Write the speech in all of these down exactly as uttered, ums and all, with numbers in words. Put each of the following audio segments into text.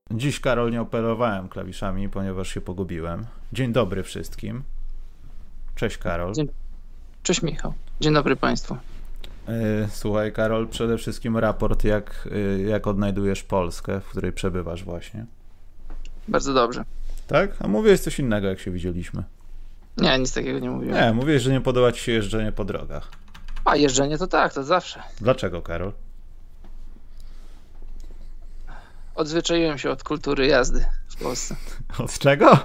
Dziś, Karol, nie operowałem klawiszami, ponieważ się pogubiłem. Dzień dobry wszystkim. Cześć, Karol. Dzień... Cześć, Michał. Dzień dobry Państwu. Słuchaj, Karol, przede wszystkim raport, jak, jak odnajdujesz Polskę, w której przebywasz właśnie. Bardzo dobrze. Tak? A mówiłeś coś innego, jak się widzieliśmy. Nie, nic takiego nie mówiłem. Nie, mówiłeś, że nie podoba ci się jeżdżenie po drogach. A jeżdżenie to tak, to zawsze. Dlaczego, Karol? Odzwyczaiłem się od kultury jazdy w Polsce. Od czego?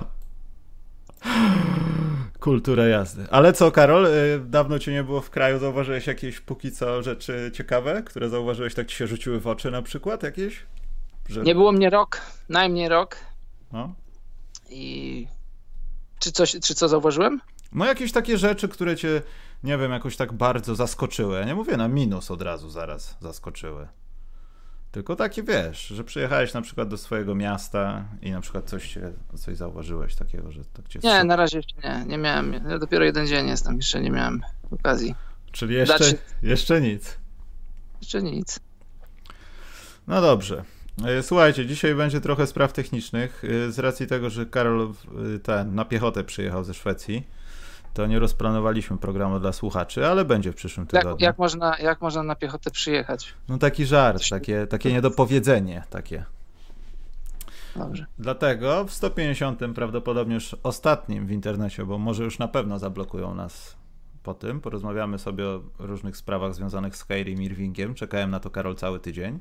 Kultura jazdy. Ale co, Karol, dawno cię nie było w kraju, zauważyłeś jakieś póki co rzeczy ciekawe, które zauważyłeś, tak ci się rzuciły w oczy na przykład jakieś? Że... Nie było mnie rok, najmniej rok. No. I czy coś, czy co zauważyłem? No jakieś takie rzeczy, które cię, nie wiem, jakoś tak bardzo zaskoczyły. Ja nie mówię na minus od razu zaraz zaskoczyły. Tylko takie, wiesz, że przyjechałeś na przykład do swojego miasta i na przykład coś cię, coś zauważyłeś takiego, że tak cię... Nie, na razie jeszcze nie, nie miałem, ja dopiero jeden dzień jestem, jeszcze nie miałem okazji. Czyli jeszcze, Dać... jeszcze nic. Jeszcze nic. No dobrze. Słuchajcie, dzisiaj będzie trochę spraw technicznych. Z racji tego, że Karol ten, na piechotę przyjechał ze Szwecji, to nie rozplanowaliśmy programu dla słuchaczy, ale będzie w przyszłym tygodniu. Jak, jak, można, jak można na piechotę przyjechać? No taki żart, takie, takie niedopowiedzenie takie. Dobrze. Dlatego w sto pięćdziesiątym prawdopodobnie już ostatnim w internecie, bo może już na pewno zablokują nas po tym, porozmawiamy sobie o różnych sprawach związanych z Kyrie Irvingiem. Czekałem na to, Karol, cały tydzień.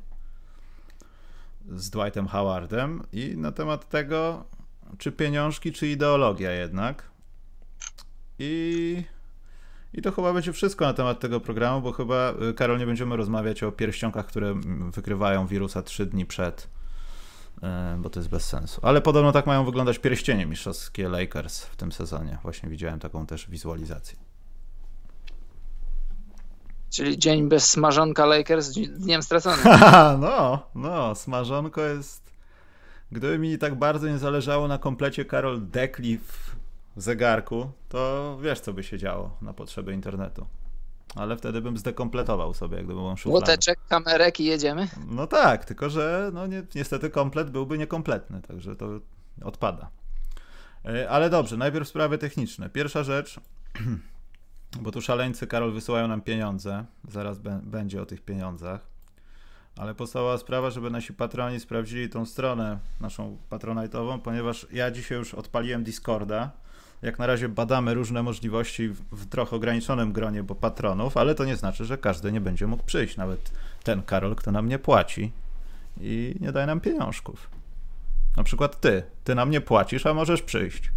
Z Dwightem Howardem i na temat tego, czy pieniążki, czy ideologia jednak. I, I to chyba będzie wszystko na temat tego programu, bo chyba, Karol, nie będziemy rozmawiać o pierścionkach, które wykrywają wirusa trzy dni przed, bo to jest bez sensu. Ale podobno tak mają wyglądać pierścienie mistrzowskie Lakers w tym sezonie. Właśnie widziałem taką też wizualizację. Czyli dzień bez smażonka Lakers dniem straconym. no, no, smażonko jest... Gdyby mi tak bardzo nie zależało na komplecie, Karol, dekli w zegarku, to wiesz, co by się działo na potrzeby internetu. Ale wtedy bym zdekompletował sobie, jak gdyby był szufladę. Łoteczek, kamerek i jedziemy? No tak, tylko że no ni- niestety komplet byłby niekompletny, także to odpada. Ale dobrze, najpierw sprawy techniczne. Pierwsza rzecz... Bo tu szaleńcy, Karol, wysyłają nam pieniądze. Zaraz b- będzie o tych pieniądzach. Ale podstawowa sprawa, żeby nasi patroni sprawdzili tą stronę naszą patronite'ową, ponieważ ja dzisiaj już odpaliłem Discorda. Jak na razie badamy różne możliwości w, w trochę ograniczonym gronie, bo patronów, ale to nie znaczy, że każdy nie będzie mógł przyjść. Nawet ten Karol, kto nam nie płaci i nie daje nam pieniążków. Na przykład ty. Ty nam nie płacisz, a możesz przyjść.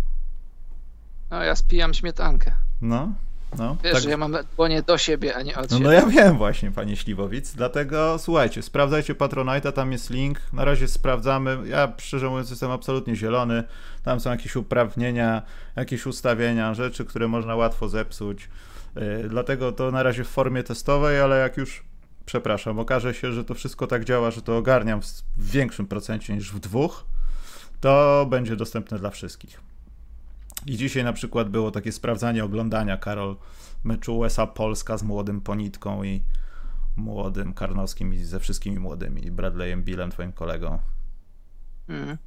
No ja spijam śmietankę. No, no. Wiesz, tak... że ja mam dłonie do siebie, a nie od no, siebie. no ja wiem właśnie, panie Śliwowic, dlatego słuchajcie, sprawdzajcie Patronite'a, tam jest link, na razie sprawdzamy, ja szczerze mówiąc jestem absolutnie zielony, tam są jakieś uprawnienia, jakieś ustawienia, rzeczy, które można łatwo zepsuć, yy, dlatego to na razie w formie testowej, ale jak już, przepraszam, okaże się, że to wszystko tak działa, że to ogarniam w, w większym procencie niż w dwóch, to będzie dostępne dla wszystkich. I dzisiaj na przykład było takie sprawdzanie oglądania, Karol, meczu U S A-Polska z młodym Ponitką i młodym Karnowskim i ze wszystkimi młodymi, i Bradleyem Billem, twoim kolegą. Mm.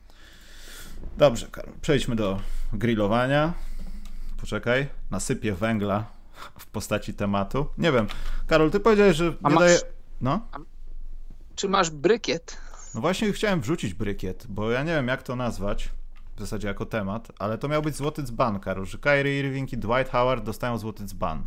Dobrze, Karol, przejdźmy do grillowania. Poczekaj, nasypię węgla w postaci tematu. Nie wiem, Karol, ty powiedziałeś, że A nie masz... daje... No? A... Czy masz brykiet? No właśnie chciałem wrzucić brykiet, bo ja nie wiem, jak to nazwać. W zasadzie jako temat, ale to miał być złoty dzban, Karol, że Kyrie Irving i Dwight Howard dostają złoty dzban.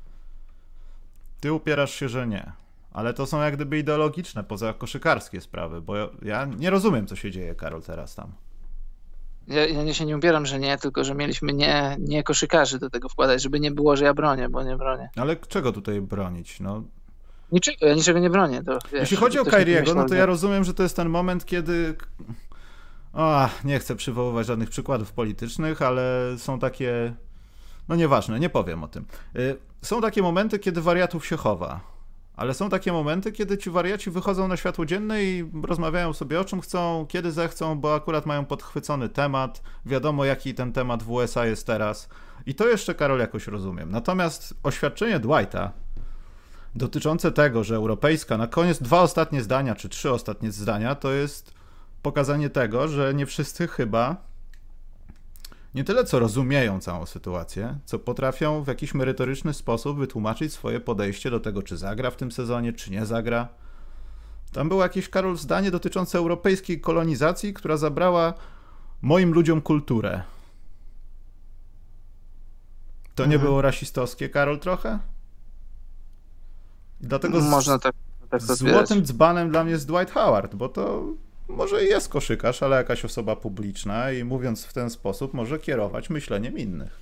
Ty upierasz się, że nie. Ale to są jak gdyby ideologiczne, poza koszykarskie sprawy, bo ja, ja nie rozumiem, co się dzieje, Karol, teraz tam. Ja, ja się nie ubieram, że nie, tylko że mieliśmy nie, nie koszykarzy do tego wkładać, żeby nie było, że ja bronię, bo nie bronię. Ale czego tutaj bronić, no? Niczego, ja niczego nie bronię. To, wiesz, Jeśli chodzi o Kyriego, no to ja rozumiem, że to jest ten moment, kiedy... O, nie chcę przywoływać żadnych przykładów politycznych, ale są takie... No nieważne, nie powiem o tym. Są takie momenty, kiedy wariatów się chowa, ale są takie momenty, kiedy ci wariaci wychodzą na światło dzienne i rozmawiają sobie o czym chcą, kiedy zechcą, bo akurat mają podchwycony temat, wiadomo jaki ten temat w U S A jest teraz i to jeszcze, Karol, jakoś rozumiem. Natomiast oświadczenie Dwighta dotyczące tego, że europejska, na koniec dwa ostatnie zdania, czy trzy ostatnie zdania, to jest pokazanie tego, że nie wszyscy chyba nie tyle co rozumieją całą sytuację, co potrafią w jakiś merytoryczny sposób wytłumaczyć swoje podejście do tego, czy zagra w tym sezonie, czy nie zagra. Tam było jakieś, Karol, zdanie dotyczące europejskiej kolonizacji, która zabrała moim ludziom kulturę. To mhm. nie było rasistowskie, Karol, trochę? I dlatego z, Można tak, tak złotym dzbanem dla mnie jest Dwight Howard, bo to może jest koszykarz, ale jakaś osoba publiczna i mówiąc w ten sposób może kierować myśleniem innych.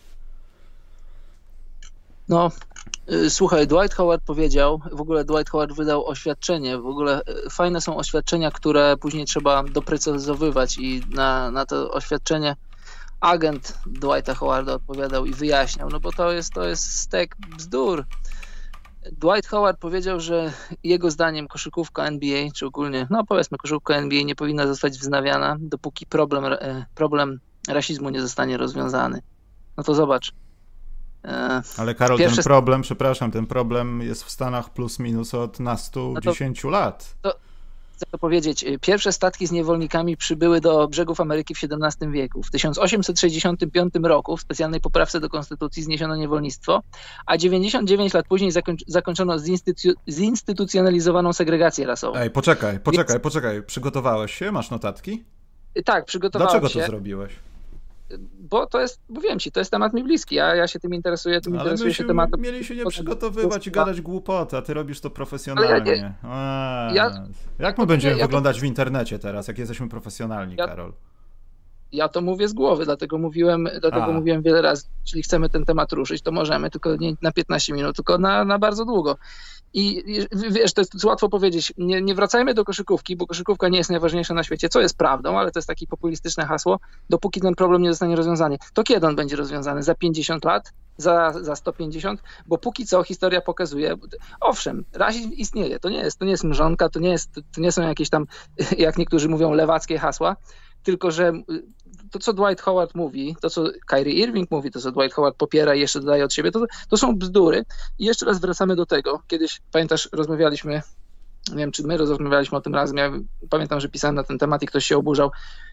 No, y, słuchaj, Dwight Howard powiedział, w ogóle Dwight Howard wydał oświadczenie, w ogóle y, fajne są oświadczenia, które później trzeba doprecyzowywać i na, na to oświadczenie agent Dwighta Howarda odpowiadał i wyjaśniał, no bo to jest, to jest stek bzdur. Dwight Howard powiedział, że jego zdaniem koszykówka N B A, czy ogólnie, no powiedzmy koszykówka N B A nie powinna zostać wznawiana, dopóki problem, problem rasizmu nie zostanie rozwiązany. No to zobacz. Ale Karol, Pierwsze... ten problem, przepraszam, ten problem jest w Stanach plus minus od nastu, dziesięciu lat. To, chcę to powiedzieć, pierwsze statki z niewolnikami przybyły do brzegów Ameryki w siedemnastym wieku. W tysiąc osiemset sześćdziesiątym piątym roku w specjalnej poprawce do konstytucji zniesiono niewolnictwo, a dziewięćdziesiąt dziewięć lat później zakończ, zakończono zinstytu, zinstytucjonalizowaną segregację rasową. Ej, poczekaj, poczekaj, Więc... poczekaj. Przygotowałeś się? Masz notatki? Tak, przygotowałem Dlaczego się. Dlaczego to zrobiłeś? Bo to jest, mówiłem ci, to jest temat mi bliski, ja, ja się tym interesuję, tym Ale interesuje się tematem. tematem. Mieli się nie przygotowywać i gadać głupoty, a ty robisz to profesjonalnie. Ja, eee, ja, jak my będziemy ja wyglądać to... w internecie teraz, jak jesteśmy profesjonalni, ja, Karol? Ja to mówię z głowy, dlatego mówiłem, dlatego a. mówiłem wiele razy, jeśli chcemy ten temat ruszyć, to możemy, tylko nie na piętnaście minut, tylko na, na bardzo długo. I wiesz, to jest łatwo powiedzieć, nie, nie wracajmy do koszykówki, bo koszykówka nie jest najważniejsza na świecie, co jest prawdą, ale to jest takie populistyczne hasło, dopóki ten problem nie zostanie rozwiązany. To kiedy on będzie rozwiązany? Za pięćdziesiąt lat? Za, za sto pięćdziesiąt? Bo póki co historia pokazuje, owszem, rasizm istnieje, to nie jest, to nie jest mrzonka, to nie, jest, to nie są jakieś tam, jak niektórzy mówią, lewackie hasła, tylko że to, co Dwight Howard mówi, to, co Kyrie Irving mówi, to, co Dwight Howard popiera i jeszcze dodaje od siebie, to, to są bzdury. I jeszcze raz wracamy do tego. Kiedyś, pamiętasz, rozmawialiśmy, nie wiem, czy my rozmawialiśmy o tym razem, ja pamiętam, że pisałem na ten temat i ktoś się oburzał.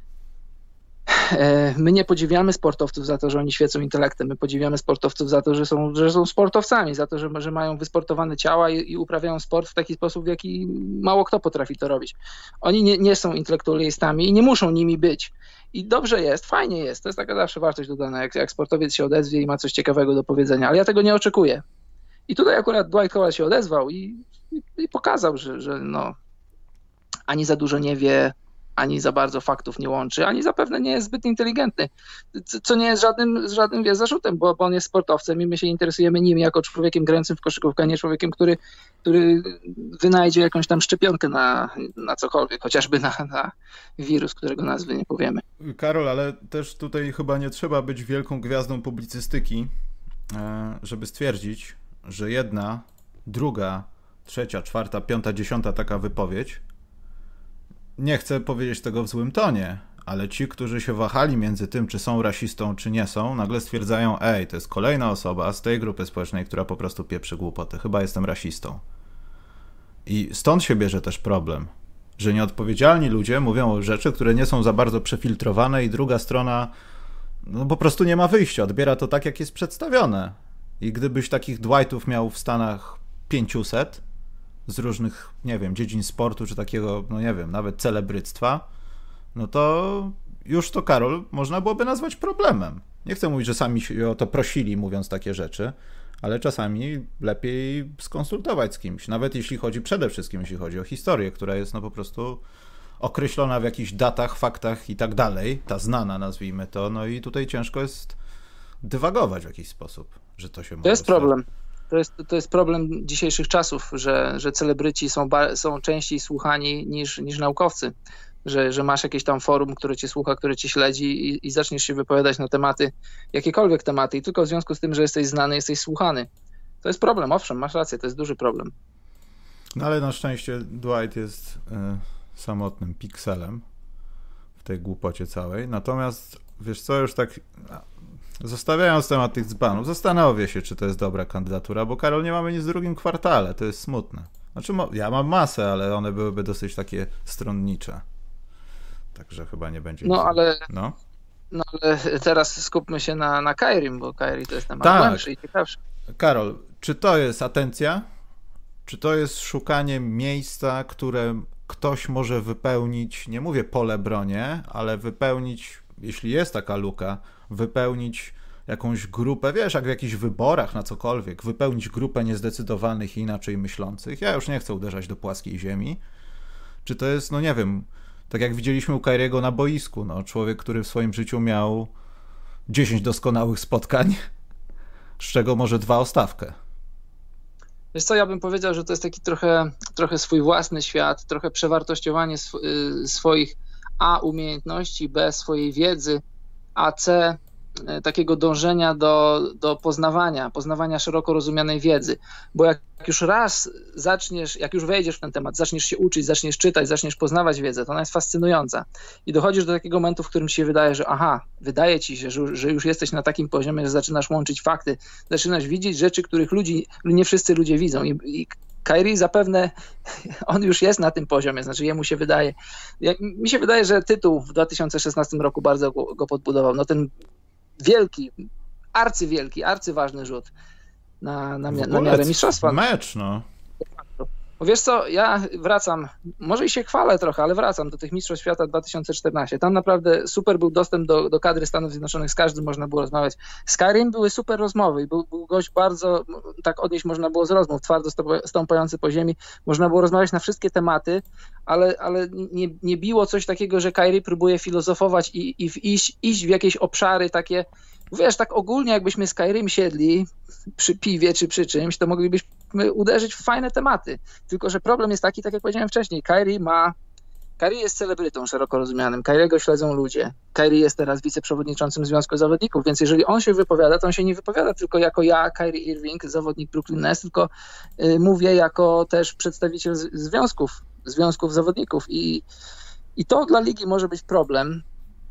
My nie podziwiamy sportowców za to, że oni świecą intelektem, my podziwiamy sportowców za to, że są, że są sportowcami, za to, że, że mają wysportowane ciała i, i uprawiają sport w taki sposób, w jaki mało kto potrafi to robić. Oni nie, nie są intelektualistami i nie muszą nimi być. I dobrze jest, fajnie jest, to jest taka zawsze wartość dodana, jak, jak sportowiec się odezwie i ma coś ciekawego do powiedzenia, ale ja tego nie oczekuję. I tutaj akurat Dwight Howard się odezwał i, i, i pokazał, że, że no, ani za dużo nie wie, ani za bardzo faktów nie łączy, ani zapewne nie jest zbyt inteligentny, co nie jest żadnym, żadnym wie, zarzutem, bo, bo on jest sportowcem i my się interesujemy nim jako człowiekiem grającym w koszykówkę, a nie człowiekiem, który, który wynajdzie jakąś tam szczepionkę na, na cokolwiek, chociażby na, na wirus, którego nazwy nie powiemy. Karol, ale też tutaj chyba nie trzeba być wielką gwiazdą publicystyki, żeby stwierdzić, że jedna, druga, trzecia, czwarta, piąta, dziesiąta taka wypowiedź, nie chcę powiedzieć tego w złym tonie, ale ci, którzy się wahali między tym, czy są rasistą, czy nie są, nagle stwierdzają, ej, to jest kolejna osoba z tej grupy społecznej, która po prostu pieprzy głupoty. Chyba jestem rasistą. I stąd się bierze też problem, że nieodpowiedzialni ludzie mówią o rzeczy, które nie są za bardzo przefiltrowane i druga strona no po prostu nie ma wyjścia, odbiera to tak, jak jest przedstawione. I gdybyś takich Dwightów miał w Stanach pięćset z różnych, nie wiem, dziedzin sportu, czy takiego, no nie wiem, nawet celebryctwa, no to już to, Karol, można byłoby nazwać problemem. Nie chcę mówić, że sami się o to prosili, mówiąc takie rzeczy, ale czasami lepiej skonsultować z kimś, nawet jeśli chodzi, przede wszystkim jeśli chodzi o historię, która jest no po prostu określona w jakichś datach, faktach i tak dalej, ta znana, nazwijmy to, no i tutaj ciężko jest dywagować w jakiś sposób, że to się może To jest stać. problem. To jest, to jest problem dzisiejszych czasów, że, że celebryci są, ba- są częściej słuchani niż, niż naukowcy. Że, że masz jakieś tam forum, które cię słucha, które cię śledzi i, i zaczniesz się wypowiadać na tematy, jakiekolwiek tematy i tylko w związku z tym, że jesteś znany, jesteś słuchany. To jest problem, owszem, masz rację, to jest duży problem. No ale na szczęście Dwight jest y, samotnym pikselem w tej głupocie całej. Natomiast, wiesz co, już tak zostawiając temat tych dzbanów, zastanowię się, czy to jest dobra kandydatura, bo Karol, nie mamy nic w drugim kwartale, to jest smutne. Znaczy, ja mam masę, ale one byłyby dosyć takie stronnicze. także chyba nie będzie. No ale, no. no ale teraz skupmy się na, na Kairim, bo Kairi to jest temat tak. głębszy i ciekawszy. Karol, czy to jest atencja? Czy to jest szukanie miejsca, które ktoś może wypełnić, nie mówię pole bronie, ale wypełnić, jeśli jest taka luka, wypełnić jakąś grupę, wiesz, jak w jakichś wyborach na cokolwiek, wypełnić grupę niezdecydowanych i inaczej myślących. Ja już nie chcę uderzać do płaskiej ziemi. Czy to jest, no nie wiem, tak jak widzieliśmy u Kairiego na boisku, no człowiek, który w swoim życiu miał dziesięć doskonałych spotkań, z czego może dwa o stawkę. Wiesz co, ja bym powiedział, że to jest taki trochę, trochę swój własny świat, trochę przewartościowanie sw- swoich A umiejętności, B swojej wiedzy, a C takiego dążenia do, do poznawania, poznawania szeroko rozumianej wiedzy. Bo jak już raz zaczniesz, jak już wejdziesz w ten temat, zaczniesz się uczyć, zaczniesz czytać, zaczniesz poznawać wiedzę, to ona jest fascynująca. I dochodzisz do takiego momentu, w którym ci się wydaje, że aha, wydaje ci się, że, że już jesteś na takim poziomie, że zaczynasz łączyć fakty, zaczynasz widzieć rzeczy, których ludzi, nie wszyscy ludzie widzą. I, i Kairi zapewne, on już jest na tym poziomie, znaczy jemu się wydaje. Jak, mi się wydaje, że tytuł w dwa tysiące szesnastym roku bardzo go, go podbudował. No ten wielki, arcywielki, arcyważny rzut na, na, na miarę mistrzostwa. Mecz, no. Bo wiesz co, ja wracam, może i się chwalę trochę, ale wracam do tych Mistrzostw Świata dwa tysiące czternastego. Tam naprawdę super był dostęp do, do kadry Stanów Zjednoczonych, z każdym można było rozmawiać. Z Kairim były super rozmowy i był, był gość bardzo, tak odnieść można było z rozmów, twardo stąpający po ziemi, można było rozmawiać na wszystkie tematy, ale, ale nie, nie biło coś takiego, że Kairi próbuje filozofować i, i w iść, iść w jakieś obszary takie, wiesz, tak ogólnie jakbyśmy z Kairim siedli przy piwie czy przy czymś, to moglibyśmy uderzyć w fajne tematy. Tylko że problem jest taki, tak jak powiedziałem wcześniej, Kairi ma... Kairi jest celebrytą szeroko rozumianym, Kairiego śledzą ludzie. Kairi jest teraz wiceprzewodniczącym Związku Zawodników, więc jeżeli on się wypowiada, to on się nie wypowiada tylko jako ja, Kyrie Irving, zawodnik Brooklyn Nets, tylko y, mówię jako też przedstawiciel z- związków, związków zawodników i, i to dla ligi może być problem,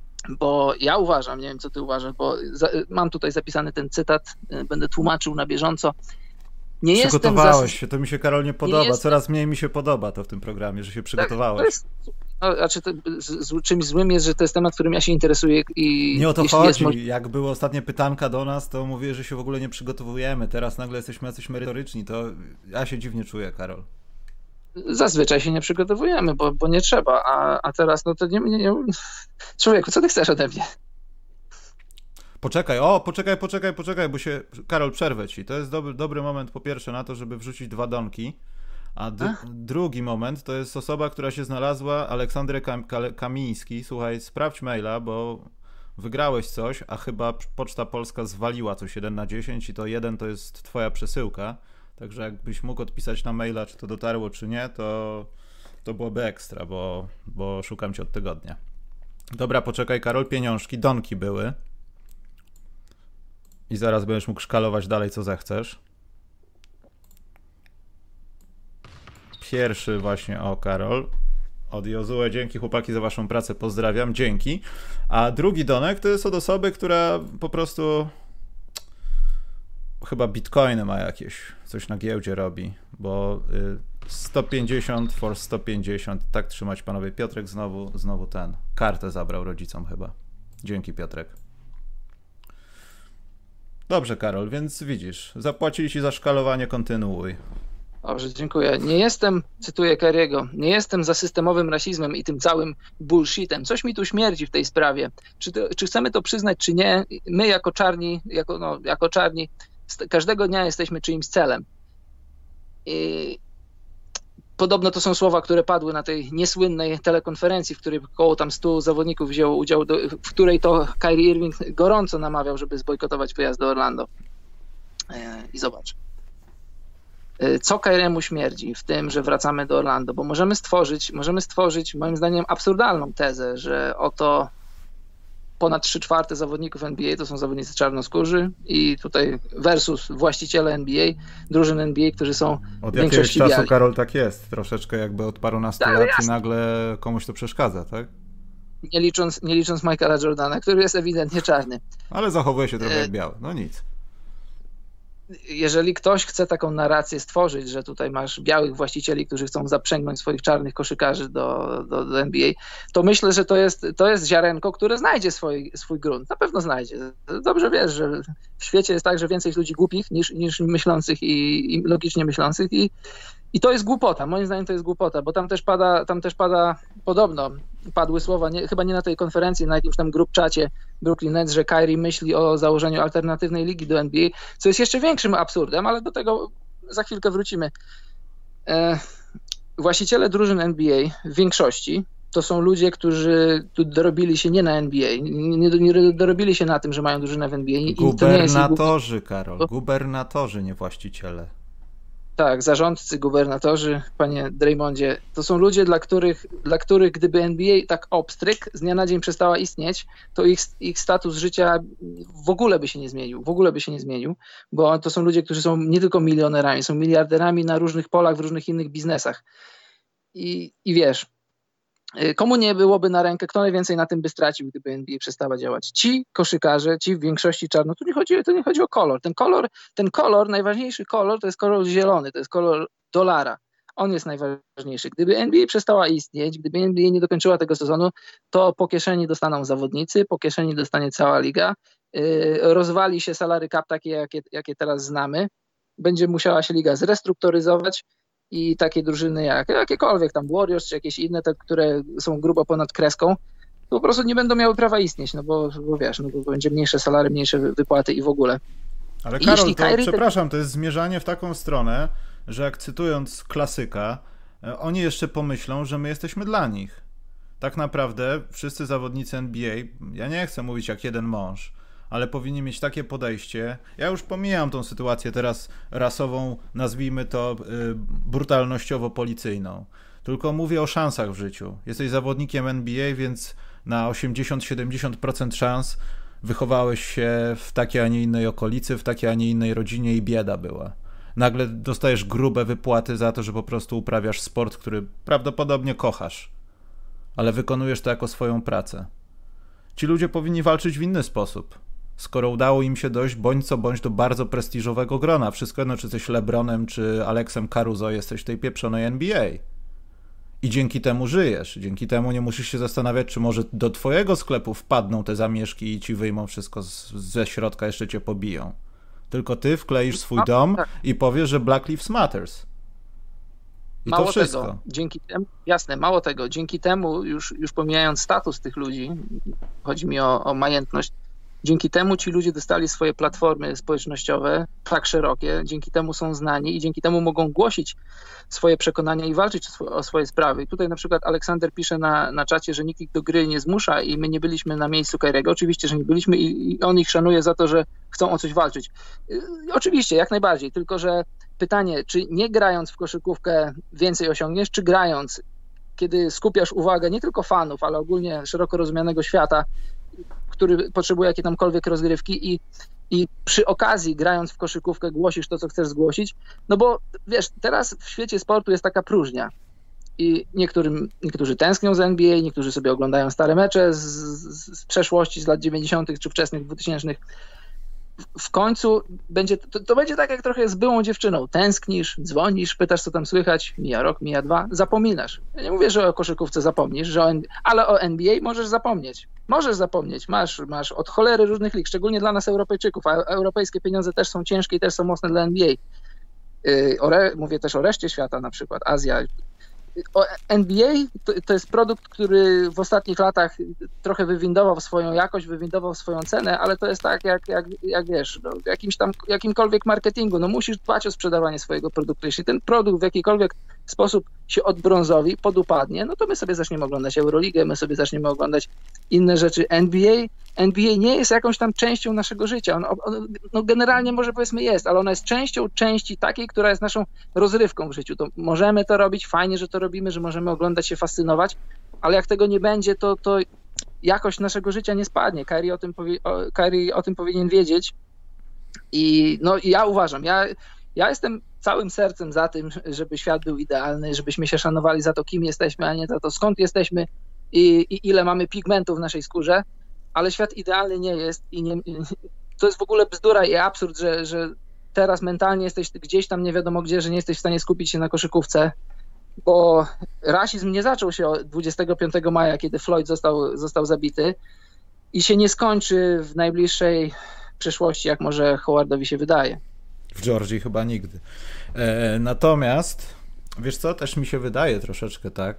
bo ja uważam, nie wiem co ty uważasz, bo za, mam tutaj zapisany ten cytat, y, będę tłumaczył na bieżąco. Nie Przygotowałeś za... się, to mi się, Karol, nie podoba. Nie Coraz jestem... mniej mi się podoba to w tym programie, że się przygotowałeś. Tak, to jest... no, znaczy to, z, z, czymś złym jest, że to jest temat, którym ja się interesuję i... Nie o to chodzi. Jest... Jak były ostatnie pytanka do nas, to mówię, że się w ogóle nie przygotowujemy. Teraz nagle jesteśmy jacyś merytoryczni. To ja się dziwnie czuję, Karol. Zazwyczaj się nie przygotowujemy, bo, bo nie trzeba, a, a teraz no to nie, nie, nie... Człowieku, co ty chcesz ode mnie? Poczekaj, o, poczekaj, poczekaj, poczekaj, bo się... Karol, przerwę ci. To jest dobry, dobry moment po pierwsze na to, żeby wrzucić dwa donki, a d- drugi moment to jest osoba, która się znalazła, Aleksandry Kam- Kamiński. Słuchaj, sprawdź maila, bo wygrałeś coś, a chyba Poczta Polska zwaliła coś jeden na dziesięć i to jeden to jest twoja przesyłka. Także jakbyś mógł odpisać na maila, czy to dotarło, czy nie, to, to byłoby ekstra, bo, bo szukam cię od tygodnia. Dobra, poczekaj, Karol, pieniążki, donki były. I zaraz będziesz mógł szkalować dalej, co zechcesz. Pierwszy właśnie, o, Karol. Od Jozue, dzięki chłopaki za waszą pracę, pozdrawiam, dzięki. A drugi donek to jest od osoby, która po prostu chyba bitcoiny ma jakieś, coś na giełdzie robi, bo sto pięćdziesiąt for sto pięćdziesiąt, tak trzymać panowie. Piotrek znowu, znowu ten, kartę zabrał rodzicom chyba. Dzięki, Piotrek. Dobrze, Karol, więc widzisz, zapłacili ci za szkalowanie, kontynuuj. Dobrze, dziękuję. Nie jestem, cytuję Kairiego, nie jestem za systemowym rasizmem i tym całym bullshitem. Coś mi tu śmierdzi w tej sprawie. Czy, to, czy chcemy to przyznać, czy nie? My jako czarni, jako, no, jako czarni, każdego dnia jesteśmy czyimś celem. I podobno to są słowa, które padły na tej niesłynnej telekonferencji, w której około tam stu zawodników wzięło udział, do, w której to Kyrie Irving gorąco namawiał, żeby zbojkotować wyjazd do Orlando. I zobacz. Co Kairiemu śmierdzi w tym, że wracamy do Orlando, bo możemy stworzyć, możemy stworzyć moim zdaniem absurdalną tezę, że oto ponad trzy czwarte zawodników N B A to są zawodnicy czarnoskórzy i tutaj versus właściciele N B A, drużyn N B A, którzy są od w większości jakiegoś czasu, biali. Karol, tak jest. Troszeczkę jakby od parunastu Tak, lat jasne. i nagle komuś to przeszkadza, tak? Nie licząc, nie licząc Michaela Jordana, który jest ewidentnie czarny. Ale zachowuje się trochę jak biały. No nic. jeżeli ktoś chce taką narrację stworzyć, że tutaj masz białych właścicieli, którzy chcą zaprzęgnąć swoich czarnych koszykarzy do, do, do N B A, to myślę, że to jest, to jest ziarenko, które znajdzie swój, swój grunt. Na pewno znajdzie. Dobrze wiesz, że w świecie jest tak, że więcej ludzi głupich niż, niż myślących i, i logicznie myślących i, i to jest głupota. Moim zdaniem to jest głupota, bo tam też pada, tam też pada podobno, padły słowa, nie, chyba nie na tej konferencji, na jakimś tam group czacie Brooklyn Nets, że Kyrie myśli o założeniu alternatywnej ligi do N B A, co jest jeszcze większym absurdem, ale do tego za chwilkę wrócimy. E, właściciele drużyn N B A w większości to są ludzie, którzy tu dorobili się nie na N B A, nie, nie dorobili się na tym, że mają drużynę w N B A. Gubernatorzy, jest... Karol, gubernatorzy, nie właściciele. Tak, zarządcy, gubernatorzy, panie Draymondzie, to są ludzie, dla których, dla których gdyby N B A tak obstryk z dnia na dzień przestała istnieć, to ich, ich status życia w ogóle by się nie zmienił, w ogóle by się nie zmienił, bo to są ludzie, którzy są nie tylko milionerami, są miliarderami na różnych polach, w różnych innych biznesach. I, i wiesz, komu nie byłoby na rękę, kto najwięcej na tym by stracił, gdyby N B A przestała działać? Ci koszykarze, ci w większości czarno, tu nie chodzi, to nie chodzi o kolor. Ten kolor, ten kolor, najważniejszy kolor to jest kolor zielony, to jest kolor dolara. On jest najważniejszy. Gdyby N B A przestała istnieć, gdyby N B A nie dokończyła tego sezonu, to po kieszeni dostaną zawodnicy, po kieszeni dostanie cała liga, yy, rozwali się salary cap takie, jakie, jakie teraz znamy, będzie musiała się liga zrestrukturyzować, i takie drużyny jak jakiekolwiek tam Warriors czy jakieś inne, te, które są grubo ponad kreską, to po prostu nie będą miały prawa istnieć, no bo, bo wiesz, no bo będzie mniejsze salary, mniejsze wypłaty i w ogóle. Ale Karol, to, Kyrie... przepraszam, to jest zmierzanie w taką stronę, że jak cytując klasyka, oni jeszcze pomyślą, że my jesteśmy dla nich. Tak naprawdę wszyscy zawodnicy N B A, ja nie chcę mówić jak jeden mąż, ale powinni mieć takie podejście. Ja już pomijam tą sytuację teraz rasową, nazwijmy to y, brutalnościowo-policyjną. Tylko mówię o szansach w życiu. Jesteś zawodnikiem N B A, więc na osiemdziesiąt do siedemdziesięciu procent szans wychowałeś się w takiej, a nie innej okolicy, w takiej, a nie innej rodzinie i bieda była. Nagle dostajesz grube wypłaty za to, że po prostu uprawiasz sport, który prawdopodobnie kochasz, ale wykonujesz to jako swoją pracę. Ci ludzie powinni walczyć w inny sposób. Skoro udało im się dojść bądź co bądź do bardzo prestiżowego grona. Wszystko jedno, czy jesteś LeBronem, czy Alexem Caruso, jesteś w tej pieprzonej N B A. I dzięki temu żyjesz. Dzięki temu nie musisz się zastanawiać, czy może do twojego sklepu wpadną te zamieszki i ci wyjmą wszystko z, ze środka, jeszcze cię pobiją. Tylko ty wkleisz swój dom i powiesz, że Black Lives Matters. I mało to wszystko. Tego, dzięki temu, jasne, mało tego, dzięki temu, już, już pomijając status tych ludzi, chodzi mi o, o majętność, dzięki temu ci ludzie dostali swoje platformy społecznościowe tak szerokie, dzięki temu są znani i dzięki temu mogą głosić swoje przekonania i walczyć o swoje, o swoje sprawy. I tutaj na przykład Aleksander pisze na, na czacie, że nikt ich do gry nie zmusza i my nie byliśmy na miejscu Kyriego. Oczywiście, że nie byliśmy i, i on ich szanuje za to, że chcą o coś walczyć. Yy, oczywiście, jak najbardziej, tylko że pytanie, czy nie grając w koszykówkę więcej osiągniesz, czy grając, kiedy skupiasz uwagę nie tylko fanów, ale ogólnie szeroko rozumianego świata, który potrzebuje jakiej tamkolwiek rozgrywki i, i przy okazji grając w koszykówkę głosisz to, co chcesz zgłosić, no bo wiesz, teraz w świecie sportu jest taka próżnia i niektórym, niektórzy tęsknią za N B A, niektórzy sobie oglądają stare mecze z, z, z przeszłości, z lat dziewięćdziesiątych czy wczesnych dwutysięcznych. W końcu będzie, to, to będzie tak jak trochę z byłą dziewczyną. Tęsknisz, dzwonisz, pytasz, co tam słychać, mija rok, mija dwa, zapominasz. Ja nie mówię, że o koszykówce zapomnisz, że o, ale o N B A możesz zapomnieć. Możesz zapomnieć. Masz, masz od cholery różnych lig, szczególnie dla nas Europejczyków, a europejskie pieniądze też są ciężkie i też są mocne dla N B A. Yy, o re, mówię też o reszcie świata, na przykład Azja. O N B A to, to jest produkt, który w ostatnich latach trochę wywindował swoją jakość, wywindował swoją cenę, ale to jest tak jak, jak, jak wiesz, no, w jakimś tam, jakimkolwiek marketingu, no musisz dbać o sprzedawanie swojego produktu. Jeśli ten produkt w jakikolwiek sposób się odbrązowi, podupadnie, no to my sobie zaczniemy oglądać Euroligę, my sobie zaczniemy oglądać inne rzeczy. N B A, N B A nie jest jakąś tam częścią naszego życia. On, on, no generalnie może powiedzmy jest, ale ona jest częścią części takiej, która jest naszą rozrywką w życiu. To możemy to robić, fajnie, że to robimy, że możemy oglądać się, fascynować, ale jak tego nie będzie, to, to jakość naszego życia nie spadnie. Kyrie o tym, powie, o, Kyrie o tym powinien wiedzieć i no ja uważam, ja, ja jestem całym sercem za tym, żeby świat był idealny, żebyśmy się szanowali za to, kim jesteśmy, a nie za to, skąd jesteśmy i, i ile mamy pigmentów w naszej skórze, ale świat idealny nie jest i nie, to jest w ogóle bzdura i absurd, że, że teraz mentalnie jesteś gdzieś tam nie wiadomo gdzie, że nie jesteś w stanie skupić się na koszykówce, bo rasizm nie zaczął się dwudziestego piątego maja, kiedy Floyd został, został zabity i się nie skończy w najbliższej przyszłości, jak może Howardowi się wydaje. W Georgii chyba nigdy. E, natomiast, wiesz co, też mi się wydaje troszeczkę tak,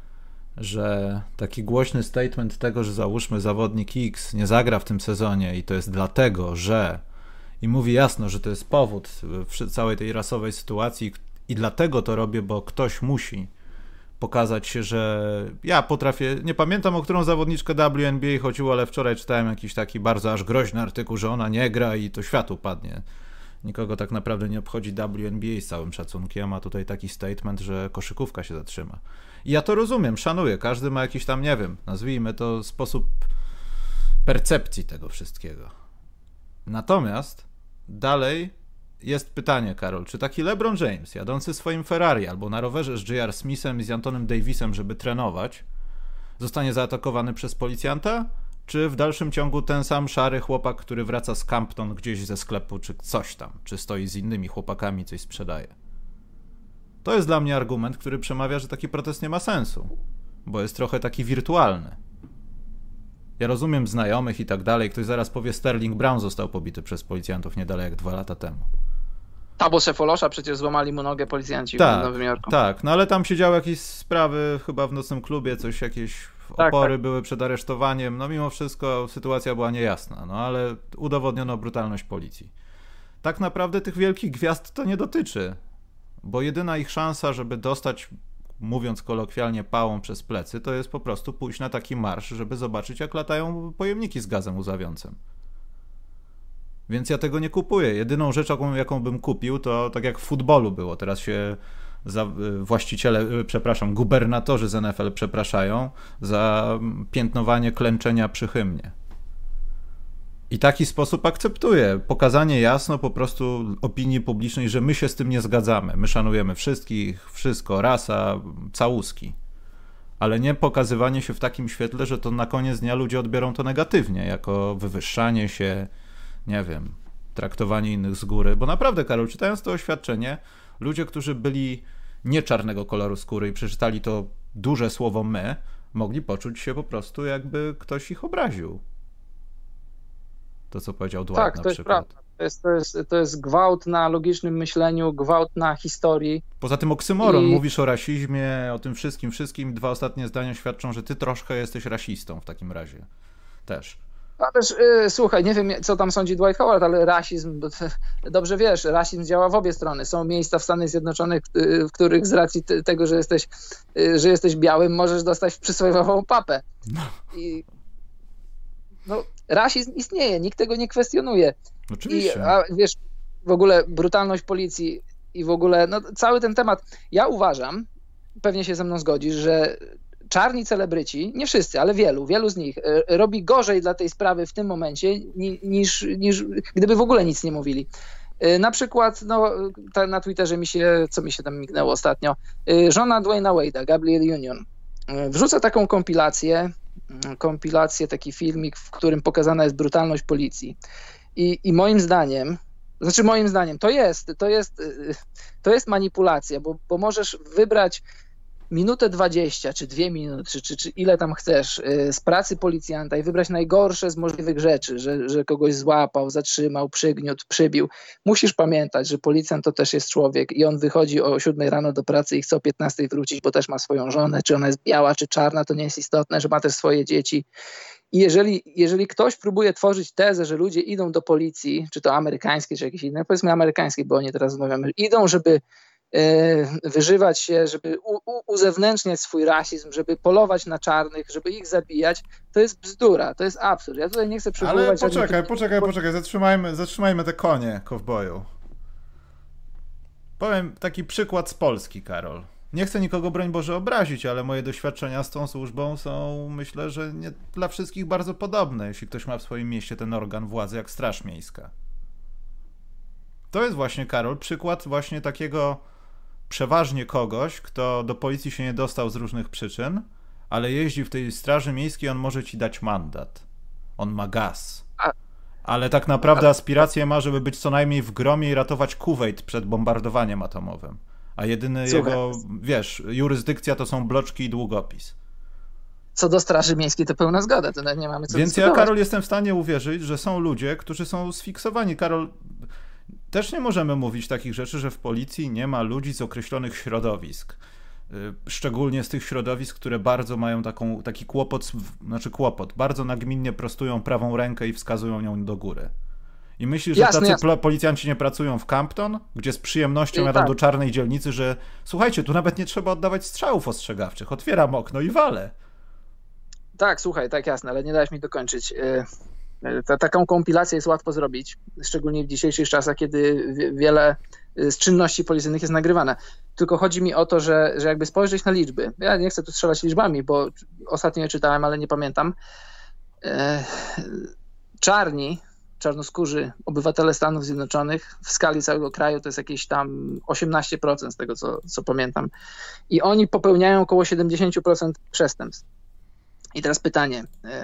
że taki głośny statement tego, że załóżmy zawodnik X nie zagra w tym sezonie i to jest dlatego, że i mówi jasno, że to jest powód w całej tej rasowej sytuacji i dlatego to robię, bo ktoś musi pokazać się, że ja potrafię, nie pamiętam o którą zawodniczkę W N B A chodziło, ale wczoraj czytałem jakiś taki bardzo aż groźny artykuł, że ona nie gra i to świat upadnie. Nikogo tak naprawdę nie obchodzi W N B A z całym szacunkiem, a tutaj taki statement, że koszykówka się zatrzyma. I ja to rozumiem, szanuję, każdy ma jakiś tam, nie wiem, nazwijmy to sposób percepcji tego wszystkiego. Natomiast dalej jest pytanie, Karol, czy taki LeBron James jadący swoim Ferrari albo na rowerze z J R Smithem i z Antonym Davisem, żeby trenować, zostanie zaatakowany przez policjanta? Czy w dalszym ciągu ten sam szary chłopak, który wraca z Campton gdzieś ze sklepu, czy coś tam, czy stoi z innymi chłopakami, coś sprzedaje? To jest dla mnie argument, który przemawia, że taki protest nie ma sensu, bo jest trochę taki wirtualny. Ja rozumiem znajomych i tak dalej, ktoś zaraz powie, Sterling Brown został pobity przez policjantów nie dalej jak dwa lata temu. Tabo Sefolosza przecież złamali mu nogę policjanci tak, w Nowym Jorku. Tak, no ale tam się działy jakieś sprawy chyba w nocnym klubie, coś jakieś tak, opory tak. były przed aresztowaniem, no mimo wszystko sytuacja była niejasna, no ale udowodniono brutalność policji. Tak naprawdę tych wielkich gwiazd to nie dotyczy, bo jedyna ich szansa, żeby dostać, mówiąc kolokwialnie, pałą przez plecy, to jest po prostu pójść na taki marsz, żeby zobaczyć, jak latają pojemniki z gazem łzawiącym. Więc ja tego nie kupuję. Jedyną rzeczą, jaką bym kupił, to tak jak w futbolu było. Teraz się za, właściciele, przepraszam, gubernatorzy z N F L przepraszają za piętnowanie klęczenia przy hymnie. I taki sposób akceptuję. Pokazanie jasno po prostu opinii publicznej, że my się z tym nie zgadzamy. My szanujemy wszystkich, wszystko, rasa, całuski. Ale nie pokazywanie się w takim świetle, że to na koniec dnia ludzie odbiorą to negatywnie, jako wywyższanie się, nie wiem, traktowanie innych z góry. Bo naprawdę, Karol, czytając to oświadczenie, ludzie, którzy byli nie czarnego koloru skóry i przeczytali to duże słowo my, mogli poczuć się po prostu, jakby ktoś ich obraził. To, co powiedział Dwight tak, na to jest przykład. prawda. To jest, to, jest, to jest gwałt na logicznym myśleniu, gwałt na historii. Poza tym oksymoron, I... mówisz o rasizmie, o tym wszystkim, wszystkim. Dwa ostatnie zdania świadczą, że ty troszkę jesteś rasistą w takim razie. Też. A też, yy, słuchaj, nie wiem, co tam sądzi Dwight Howard, ale rasizm, dobrze wiesz, rasizm działa w obie strony. Są miejsca w Stanach Zjednoczonych, w których z racji t- tego, że jesteś, yy, że jesteś białym, możesz dostać przysłowiową papę. No. I, no, rasizm istnieje, nikt tego nie kwestionuje. Oczywiście. I, a wiesz, w ogóle brutalność policji i w ogóle, no cały ten temat, ja uważam, pewnie się ze mną zgodzisz, że czarni celebryci, nie wszyscy, ale wielu, wielu z nich robi gorzej dla tej sprawy w tym momencie niż, niż gdyby w ogóle nic nie mówili. Na przykład, no, na Twitterze mi się, co mi się tam mignęło ostatnio, żona Dwayna Wade'a, Gabrielle Union, wrzuca taką kompilację, kompilację, taki filmik, w którym pokazana jest brutalność policji. I, i moim zdaniem, znaczy moim zdaniem, to jest, to jest, to jest manipulacja, bo, bo możesz wybrać minutę dwadzieścia, czy dwie minuty, czy, czy, czy ile tam chcesz z pracy policjanta i wybrać najgorsze z możliwych rzeczy, że, że kogoś złapał, zatrzymał, przygniótł, przybił. Musisz pamiętać, że policjant to też jest człowiek i on wychodzi o siódmej rano do pracy i chce o piętnastej wrócić, bo też ma swoją żonę, czy ona jest biała, czy czarna, to nie jest istotne, że ma też swoje dzieci. I jeżeli, jeżeli ktoś próbuje tworzyć tezę, że ludzie idą do policji, czy to amerykańskiej, czy jakieś inne, powiedzmy amerykańskiej, bo o niej teraz rozmawiamy, idą, żeby wyżywać się, żeby u, u, uzewnętrzniać swój rasizm, żeby polować na czarnych, żeby ich zabijać, to jest bzdura, to jest absurd. Ja tutaj nie chcę przywoływać... Ale poczekaj, żadnych... poczekaj, poczekaj, zatrzymajmy, zatrzymajmy te konie, kowboju. Powiem taki przykład z Polski, Karol. Nie chcę nikogo, broń Boże, obrazić, ale moje doświadczenia z tą służbą są, myślę, że nie dla wszystkich bardzo podobne, jeśli ktoś ma w swoim mieście ten organ władzy jak Straż Miejska. To jest właśnie, Karol, przykład właśnie takiego przeważnie kogoś, kto do policji się nie dostał z różnych przyczyn, ale jeździ w tej straży miejskiej, on może ci dać mandat. On ma gaz. Ale tak naprawdę aspiracje ma, żeby być co najmniej w gromie i ratować Kuwejt przed bombardowaniem atomowym. A jedyny Słuchaj. jego, wiesz, jurysdykcja to są bloczki i długopis. Co do Straży Miejskiej, to pełna zgoda, to nie mamy co Więc dyskutować. ja, Karol, jestem w stanie uwierzyć, że są ludzie, którzy są sfiksowani. Karol, też nie możemy mówić takich rzeczy, że w policji nie ma ludzi z określonych środowisk. Szczególnie z tych środowisk, które bardzo mają taką, taki kłopot, znaczy kłopot, bardzo nagminnie prostują prawą rękę i wskazują ją do góry. I myślisz, że jasne, tacy jasne. policjanci nie pracują w Campton, gdzie z przyjemnością I jadą tak. do czarnej dzielnicy, że słuchajcie, tu nawet nie trzeba oddawać strzałów ostrzegawczych, otwieram okno i walę. Tak, słuchaj, tak jasne, ale nie dałeś mi dokończyć. Ta, taką kompilację jest łatwo zrobić, szczególnie w dzisiejszych czasach, kiedy wiele z czynności policyjnych jest nagrywane. Tylko chodzi mi o to, że, że jakby spojrzeć na liczby. Ja nie chcę tu strzelać liczbami, bo ostatnio je czytałem, ale nie pamiętam. Czarni, czarnoskórzy obywatele Stanów Zjednoczonych w skali całego kraju to jest jakieś tam osiemnaście procent z tego, co, co pamiętam. I oni popełniają około siedemdziesiąt procent przestępstw. I teraz pytanie,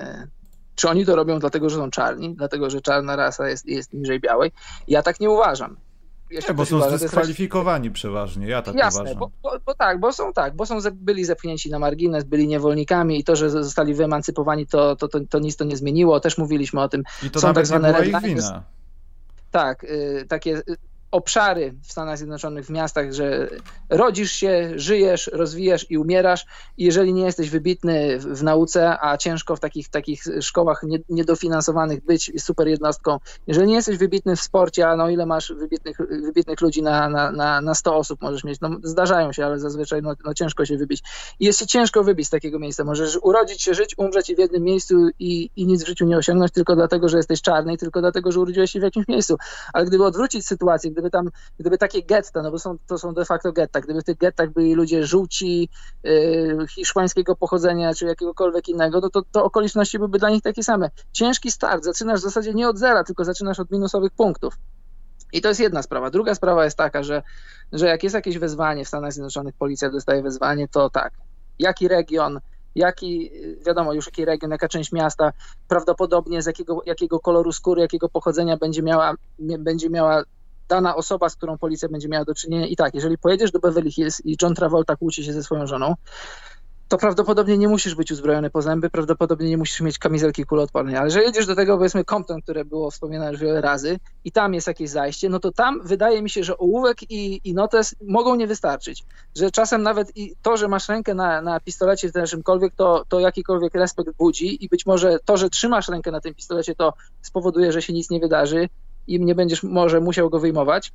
czy oni to robią dlatego, że są czarni, dlatego, że czarna rasa jest, jest niżej białej? Ja tak nie uważam. Nie, bo są uważa, zdyskwalifikowani jest... przeważnie, ja tak Jasne, uważam. Bo, bo, bo tak, bo są tak, bo są byli zepchnięci na margines, byli niewolnikami i to, że zostali wyemancypowani, to, to, to, to nic to nie zmieniło. Też mówiliśmy o tym. I to są nawet tak zwane nie była ich wina. Tak, y, takie obszary w Stanach Zjednoczonych, w miastach, że rodzisz się, żyjesz, rozwijasz i umierasz i jeżeli nie jesteś wybitny w, w nauce, a ciężko w takich, takich szkołach nie, niedofinansowanych być super jednostką, jeżeli nie jesteś wybitny w sporcie, a no ile masz wybitnych, wybitnych ludzi na, na, na, na sto osób możesz mieć, no zdarzają się, ale zazwyczaj no, no ciężko się wybić. I jest się ciężko wybić z takiego miejsca. Możesz urodzić się, żyć, umrzeć w jednym miejscu i, i nic w życiu nie osiągnąć tylko dlatego, że jesteś czarny i tylko dlatego, że urodziłeś się w jakimś miejscu. Ale gdyby odwrócić sytuację, gdyby tam, gdyby takie getta, no bo są, to są de facto getta, gdyby w tych gettach byli ludzie żółci, yy, hiszpańskiego pochodzenia, czy jakiegokolwiek innego, no to, to okoliczności byłyby dla nich takie same. Ciężki start, zaczynasz w zasadzie nie od zera, tylko zaczynasz od minusowych punktów. I to jest jedna sprawa. Druga sprawa jest taka, że, że jak jest jakieś wezwanie w Stanach Zjednoczonych, policja dostaje wezwanie, to tak, jaki region, jaki, wiadomo już jaki region, jaka część miasta, prawdopodobnie z jakiego, jakiego koloru skóry, jakiego pochodzenia będzie miała, będzie miała dana osoba, z którą policja będzie miała do czynienia. I tak, jeżeli pojedziesz do Beverly Hills i John Travolta kłóci się ze swoją żoną, to prawdopodobnie nie musisz być uzbrojony po zęby, prawdopodobnie nie musisz mieć kamizelki kuloodpornej, ale że jedziesz do tego, powiedzmy, Compton, które było wspominane już wiele razy i tam jest jakieś zajście, no to tam wydaje mi się, że ołówek i, i notes mogą nie wystarczyć. Że czasem nawet i to, że masz rękę na, na pistolecie czy na czymkolwiek, to, to jakikolwiek respekt budzi i być może to, że trzymasz rękę na tym pistolecie, to spowoduje, że się nic nie wydarzy i nie będziesz może musiał go wyjmować.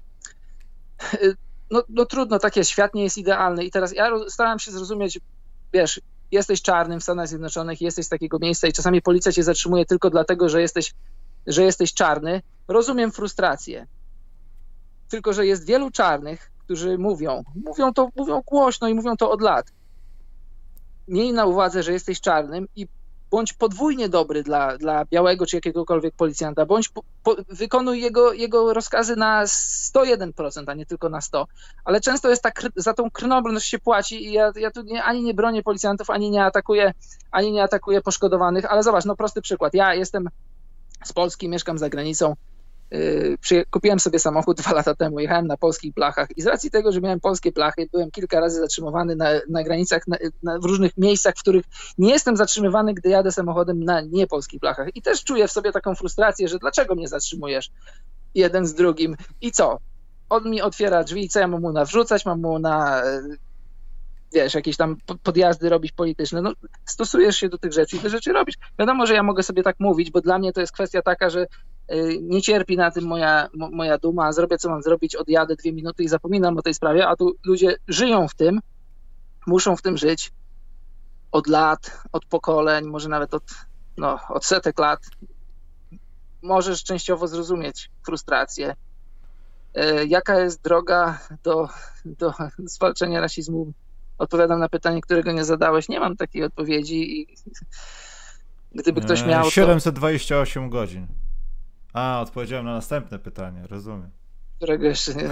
No, no trudno, tak jest, świat nie jest idealny i teraz ja staram się zrozumieć, wiesz, jesteś czarnym w Stanach Zjednoczonych, jesteś z takiego miejsca i czasami policja cię zatrzymuje tylko dlatego, że jesteś, że jesteś czarny. Rozumiem frustrację. Tylko że jest wielu czarnych, którzy mówią, mówią to, mówią głośno i mówią to od lat. Miej na uwadze, że jesteś czarnym i bądź podwójnie dobry dla, dla białego czy jakiegokolwiek policjanta, bądź po, po, wykonuj jego, jego rozkazy na sto jeden procent, a nie tylko na sto procent. Ale często jest tak, za tą krnąbrność się płaci i ja, ja tu nie, ani nie bronię policjantów, ani nie atakuję, ani nie atakuję poszkodowanych, ale zobacz, no prosty przykład. Ja jestem z Polski, mieszkam za granicą, Yy, przy, kupiłem sobie samochód dwa lata temu, jechałem na polskich blachach i z racji tego, że miałem polskie blachy, byłem kilka razy zatrzymywany na, na granicach, na, na, w różnych miejscach, w których nie jestem zatrzymywany, gdy jadę samochodem na niepolskich blachach i też czuję w sobie taką frustrację, że dlaczego mnie zatrzymujesz jeden z drugim i co? On mi otwiera drzwi, co ja mam mu nawrzucać, mam mu na, wiesz, jakieś tam podjazdy robić polityczne, no stosujesz się do tych rzeczy i te rzeczy robisz. Wiadomo, że ja mogę sobie tak mówić, bo dla mnie to jest kwestia taka, że nie cierpi na tym moja, moja duma, zrobię co mam zrobić, odjadę dwie minuty i zapominam o tej sprawie, a tu ludzie żyją w tym, muszą w tym żyć od lat, od pokoleń, może nawet od, no, od setek lat. Możesz częściowo zrozumieć frustrację. Jaka jest droga do, do zwalczenia rasizmu? Odpowiadam na pytanie, którego nie zadałeś. Nie mam takiej odpowiedzi i gdyby ktoś miał... To... siedemset dwadzieścia osiem godzin. A, odpowiedziałem na następne pytanie, rozumiem. Którego jeszcze nie... Nie,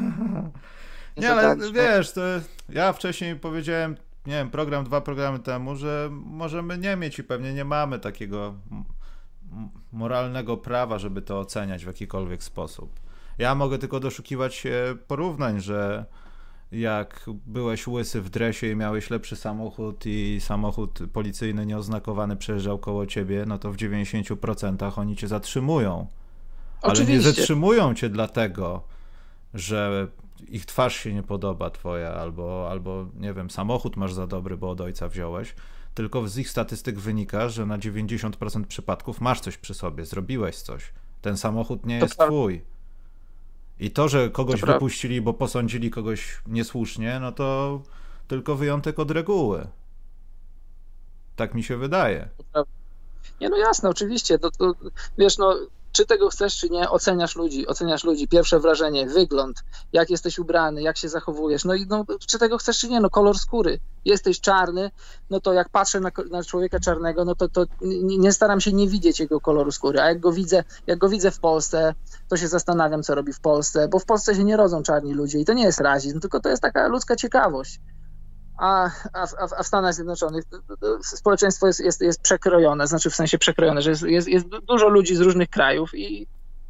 nie ale wiesz, to ja wcześniej powiedziałem, nie wiem, program, dwa programy temu, że możemy nie mieć i pewnie nie mamy takiego moralnego prawa, żeby to oceniać w jakikolwiek sposób. Ja mogę tylko doszukiwać się porównań, że jak byłeś łysy w dresie i miałeś lepszy samochód i samochód policyjny nieoznakowany przejeżdżał koło ciebie, no to w dziewięćdziesięciu procentach oni cię zatrzymują. Ale Oczywiście. nie zatrzymują cię dlatego, że ich twarz się nie podoba twoja, albo, albo nie wiem, samochód masz za dobry, bo od ojca wziąłeś, tylko z ich statystyk wynika, że na dziewięćdziesiąt procent przypadków masz coś przy sobie, zrobiłeś coś. Ten samochód nie To jest prawda. twój. I to, że kogoś To prawda. wypuścili, bo posądzili kogoś niesłusznie, no to tylko wyjątek od reguły. Tak mi się wydaje. Nie, no jasne, oczywiście. To, to, wiesz, no, czy tego chcesz, czy nie, oceniasz ludzi, oceniasz ludzi, pierwsze wrażenie, wygląd, jak jesteś ubrany, jak się zachowujesz, no i no, czy tego chcesz, czy nie, no kolor skóry. Jesteś czarny, no to jak patrzę na, na człowieka czarnego, no to, to nie, nie staram się nie widzieć jego koloru skóry, a jak go widzę, jak go widzę w Polsce, to się zastanawiam, co robi w Polsce, bo w Polsce się nie rodzą czarni ludzie i to nie jest rasizm, tylko to jest taka ludzka ciekawość. A, a, a w Stanach Zjednoczonych społeczeństwo jest, jest, jest przekrojone, znaczy w sensie przekrojone, że jest, jest, jest dużo ludzi z różnych krajów i,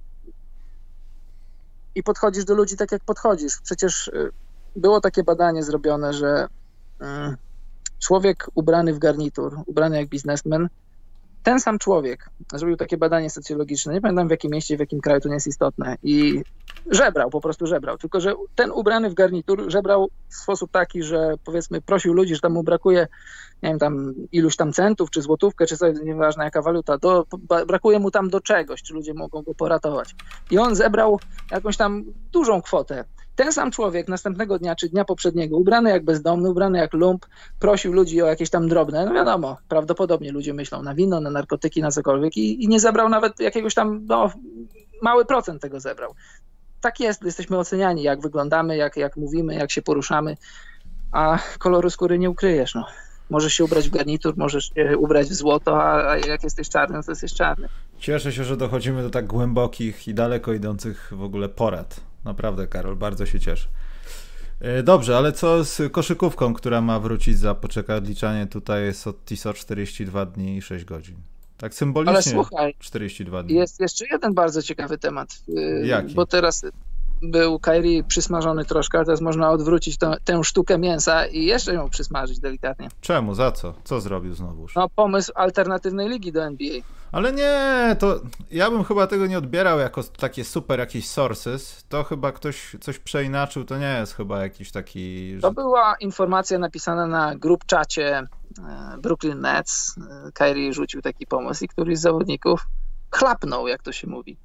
i podchodzisz do ludzi tak, jak podchodzisz. Przecież było takie badanie zrobione, że człowiek ubrany w garnitur, ubrany jak biznesmen, ten sam człowiek zrobił takie badanie socjologiczne, nie pamiętam w jakim mieście, w jakim kraju, to nie jest istotne, i żebrał, po prostu żebrał, tylko że ten ubrany w garnitur żebrał w sposób taki, że powiedzmy prosił ludzi, że tam mu brakuje, nie wiem, tam iluś tam centów, czy złotówkę, czy coś, nieważne jaka waluta, do, brakuje mu tam do czegoś, czy ludzie mogą go poratować. I on zebrał jakąś tam dużą kwotę. Ten sam człowiek następnego dnia, czy dnia poprzedniego, ubrany jak bezdomny, ubrany jak lump, prosił ludzi o jakieś tam drobne, no wiadomo, prawdopodobnie ludzie myślą na wino, na narkotyki, na cokolwiek i, i nie zebrał nawet jakiegoś tam, no, mały procent tego zebrał. Tak jest, jesteśmy oceniani, jak wyglądamy, jak, jak mówimy, jak się poruszamy, a koloru skóry nie ukryjesz, no. Możesz się ubrać w garnitur, możesz się ubrać w złoto, a, a jak jesteś czarny, no to jesteś czarny. Cieszę się, że dochodzimy do tak głębokich i daleko idących w ogóle porad. Naprawdę, Karol, bardzo się cieszę. Dobrze, ale co z koszykówką, która ma wrócić za, poczekaj, odliczanie tutaj jest od T I S O czterdzieści dwa dni i sześć godzin. Tak symbolicznie. Ale słuchaj, czterdzieści dwa dni. Jest jeszcze jeden bardzo ciekawy temat. Jaki? Bo teraz był Kyrie przysmażony troszkę, a teraz można odwrócić to, tę sztukę mięsa i jeszcze ją przysmażyć delikatnie. Czemu? Za co? Co zrobił znowuż? No, pomysł alternatywnej ligi do N B A. Ale nie, to ja bym chyba tego nie odbierał jako takie super jakieś sources. To chyba ktoś coś przeinaczył, to nie jest chyba jakiś taki... Że... To była informacja napisana na group czacie Brooklyn Nets. Kyrie rzucił taki pomysł i któryś z zawodników chlapnął, jak to się mówi.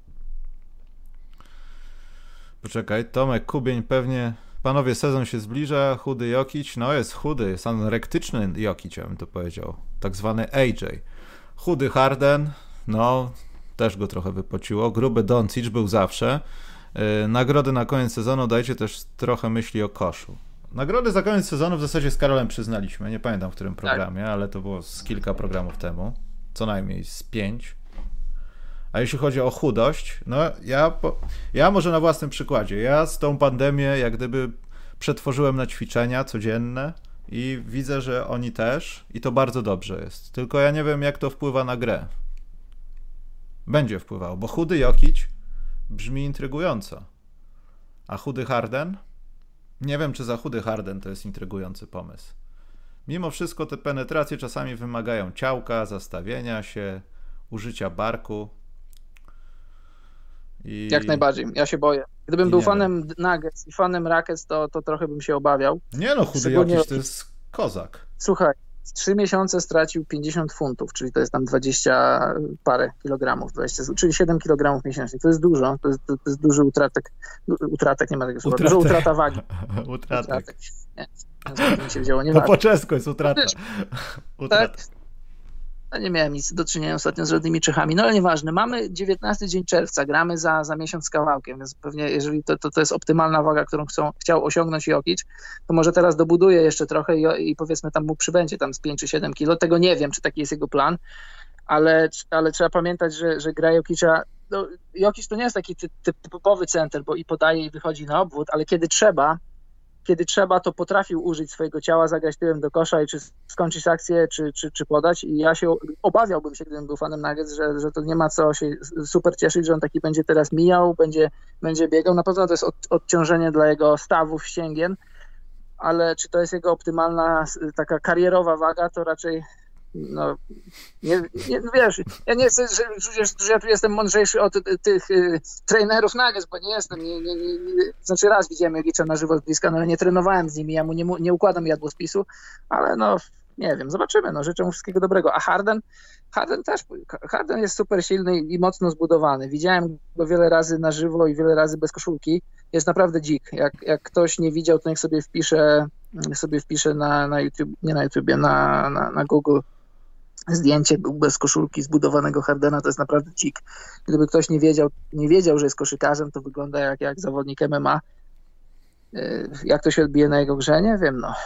Poczekaj, Tomek Kubień pewnie... Panowie, sezon się zbliża, chudy Jokic, no jest chudy, jest anorektyczny Jokic, ja bym to powiedział, tak zwany A J. Chudy Harden, no też go trochę wypociło, gruby Doncic był zawsze. Yy, nagrody na koniec sezonu, dajcie też trochę myśli o koszu. Nagrody za koniec sezonu w zasadzie z Karolem przyznaliśmy, nie pamiętam w którym programie, tak, ale to było z kilka programów temu, co najmniej z pięć. A jeśli chodzi o chudość, no ja, po, ja może na własnym przykładzie, ja z tą pandemię jak gdyby przetworzyłem na ćwiczenia codzienne i widzę, że oni też i to bardzo dobrze jest, tylko ja nie wiem jak to wpływa na grę. Będzie wpływało, bo chudy Jokic brzmi intrygująco, a chudy Harden? Nie wiem, czy za chudy Harden to jest intrygujący pomysł. Mimo wszystko te penetracje czasami wymagają ciałka, zastawienia się, użycia barku. I... Jak najbardziej, ja się boję. Gdybym był fanem wiem. Nuggets i fanem Rockets, to, to trochę bym się obawiał. Nie no, chudy Szczególnie... Jokic to jest kozak. Słuchaj, w trzy miesiące stracił pięćdziesiąt funtów, czyli to jest tam dwadzieścia parę kilogramów, dwadzieścia, czyli siedem kilogramów miesięcznie. To jest dużo, to jest, to jest duży utratek, utratek, nie ma takiego słowa, duża utrata wagi. Utratek. utratek. Nie, to mi się wzięło, nie To po czesku jest utrata. Utrata. Tak? Ja nie miałem nic do czynienia ostatnio z żadnymi Czechami, no ale nieważne. Mamy dziewiętnasty dzień czerwca, gramy za, za miesiąc z kawałkiem, więc pewnie jeżeli to, to, to jest optymalna waga, którą chcą, chciał osiągnąć Jokic, to może teraz dobuduje jeszcze trochę i, i powiedzmy tam mu przybędzie tam z pięć czy siedem kilo. Tego nie wiem, czy taki jest jego plan, ale, ale trzeba pamiętać, że, że gra Jokicza, no, Jokic to nie jest taki ty, typowy center, bo i podaje i wychodzi na obwód, ale kiedy trzeba, kiedy trzeba, to potrafił użyć swojego ciała, zagrać tyłem do kosza i czy skończyć akcję, czy, czy, czy podać. I ja się obawiałbym się, gdybym był fanem Nuggets, że, że to nie ma co się super cieszyć, że on taki będzie teraz mijał, będzie, będzie biegał. Na pewno to jest od, odciążenie dla jego stawów, ścięgien, ale czy to jest jego optymalna taka karierowa waga, to raczej no, nie, nie wiesz, ja nie chcę, że, że, że ja tu jestem mądrzejszy od tych y, trenerów Nuggets, bo nie jestem, nie, nie, nie, nie, znaczy raz widziałem Jokicza na żywo z bliska, no ale nie trenowałem z nimi, ja mu nie, nie układam jadłospisu, ale no nie wiem, zobaczymy, no życzę mu wszystkiego dobrego, a Harden, Harden też, Harden jest super silny i mocno zbudowany, widziałem go wiele razy na żywo i wiele razy bez koszulki, jest naprawdę dzik, jak, jak ktoś nie widział, to niech sobie wpisze, sobie wpisze na, na YouTube, nie na YouTubie, na, na, na Google zdjęcie bez koszulki zbudowanego Hardena, to jest naprawdę dzik. Gdyby ktoś nie wiedział, nie wiedział, że jest koszykarzem, to wygląda jak, jak zawodnik M M A. Jak to się odbije na jego grze, nie wiem, no.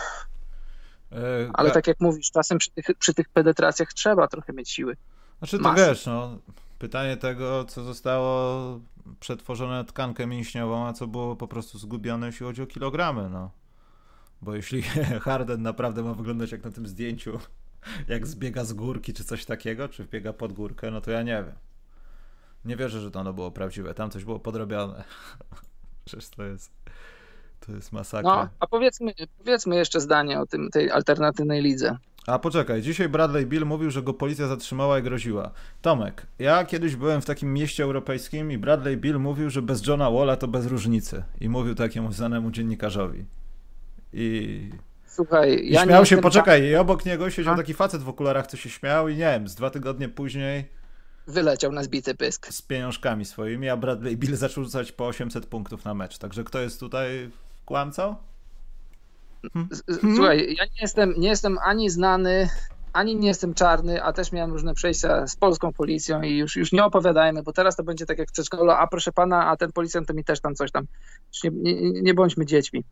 Ale tak jak mówisz, czasem przy tych, przy tych penetracjach trzeba trochę mieć siły. Znaczy to Masy. Wiesz, no, pytanie tego, co zostało przetworzone na tkankę mięśniową, a co było po prostu zgubione, jeśli chodzi o kilogramy, no. Bo jeśli Harden naprawdę ma wyglądać jak na tym zdjęciu, jak zbiega z górki, czy coś takiego, czy wbiega pod górkę, no to ja nie wiem. Nie wierzę, że to ono było prawdziwe. Tam coś było podrobione. Przecież to jest, to jest masakra. No, a powiedzmy, powiedzmy jeszcze zdanie o tym, tej alternatywnej lidze. A poczekaj, dzisiaj Bradley Beal mówił, że go policja zatrzymała i groziła. Tomek, ja kiedyś byłem w takim mieście europejskim i Bradley Beal mówił, że bez Johna Walla to bez różnicy. I mówił takiemu znanemu dziennikarzowi. I... Słuchaj, I ja śmiał nie się, poczekaj, tam... i obok niego siedział a? taki facet w okularach, co się śmiał i nie wiem, z dwa tygodnie później wyleciał na zbity pysk. Z pieniążkami swoimi, a Bradley Beal zaczął rzucać po osiemset punktów na mecz. Także kto jest tutaj kłamcą? Hmm? Słuchaj, ja nie jestem, nie jestem ani znany, ani nie jestem czarny, a też miałem różne przejścia z polską policją i już, już nie opowiadajmy, bo teraz to będzie tak jak w przedszkolu, a proszę pana, a ten policjant to mi też tam coś tam. Nie, nie, nie bądźmy dziećmi.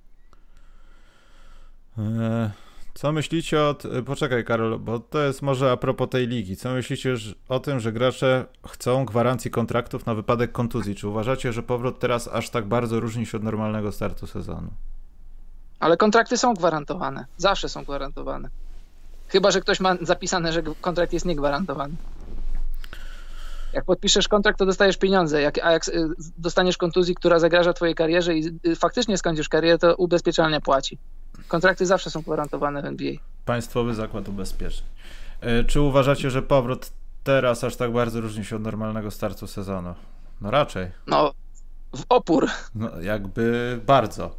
Co myślicie o... Poczekaj, Karol, bo to jest może a propos tej ligi. Co myślicie o tym, że gracze chcą gwarancji kontraktów na wypadek kontuzji? Czy uważacie, że powrót teraz aż tak bardzo różni się od normalnego startu sezonu? Ale kontrakty są gwarantowane. Zawsze są gwarantowane. Chyba że ktoś ma zapisane, że kontrakt jest niegwarantowany. Jak podpiszesz kontrakt, to dostajesz pieniądze, jak, a jak dostaniesz kontuzji, która zagraża twojej karierze i faktycznie skończysz karierę, to ubezpieczalnia płaci. Kontrakty zawsze są gwarantowane w N B A. Państwowy Zakład Ubezpieczeń. Czy uważacie, że powrót teraz aż tak bardzo różni się od normalnego startu sezonu? No raczej. No, w opór. No, jakby bardzo.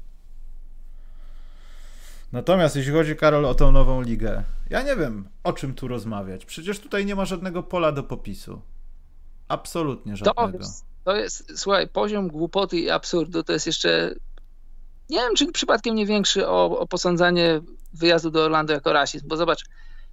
Natomiast jeśli chodzi, Karol, o tą nową ligę, ja nie wiem, o czym tu rozmawiać. Przecież tutaj nie ma żadnego pola do popisu. Absolutnie żadnego. To jest, to jest słuchaj, poziom głupoty i absurdu to jest jeszcze... Nie wiem, czy przypadkiem nie większy o, o posądzanie wyjazdu do Orlando jako rasizm, bo zobacz,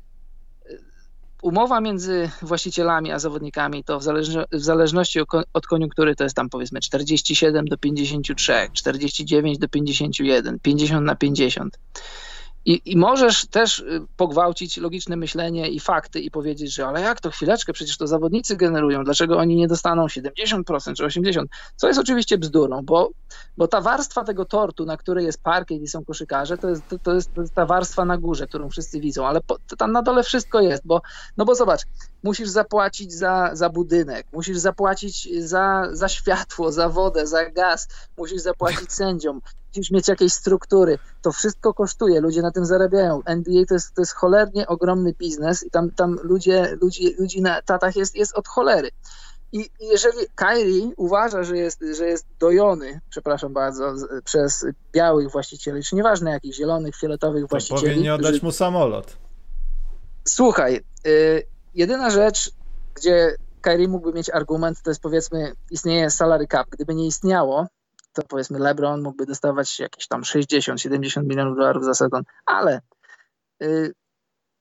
umowa między właścicielami a zawodnikami to w, zależno, w zależności od koniunktury to jest tam powiedzmy czterdzieści siedem do pięćdziesięciu trzech, czterdzieści dziewięć do pięćdziesięciu jeden, pięćdziesiąt na pięćdziesiąt. I, I możesz też pogwałcić logiczne myślenie i fakty i powiedzieć, że ale jak to chwileczkę, przecież to zawodnicy generują, dlaczego oni nie dostaną siedemdziesiąt procent czy osiemdziesiąt procent, co jest oczywiście bzdurą, bo, bo ta warstwa tego tortu, na której jest parkiet i są koszykarze, to jest, to, to, jest, to jest ta warstwa na górze, którą wszyscy widzą, ale po, tam na dole wszystko jest, bo, no bo zobacz, musisz zapłacić za, za budynek, musisz zapłacić za, za światło, za wodę, za gaz, musisz zapłacić sędziom, musisz mieć jakieś struktury. To wszystko kosztuje, ludzie na tym zarabiają. N B A to jest, to jest cholernie ogromny biznes i tam, tam ludzie, ludzi, ludzi na tatach jest, jest od cholery. I, I jeżeli Kyrie uważa, że jest, że jest dojony, przepraszam bardzo, z, przez białych właścicieli, czy nieważne jakich, zielonych, fioletowych to właścicieli. Powinien nie oddać którzy... mu samolot. Słuchaj, y, jedyna rzecz, gdzie Kyrie mógłby mieć argument, to jest powiedzmy istnieje salary cap. Gdyby nie istniało, to powiedzmy LeBron mógłby dostawać jakieś tam sześćdziesiąt siedemdziesiąt milionów dolarów za sezon, ale yy,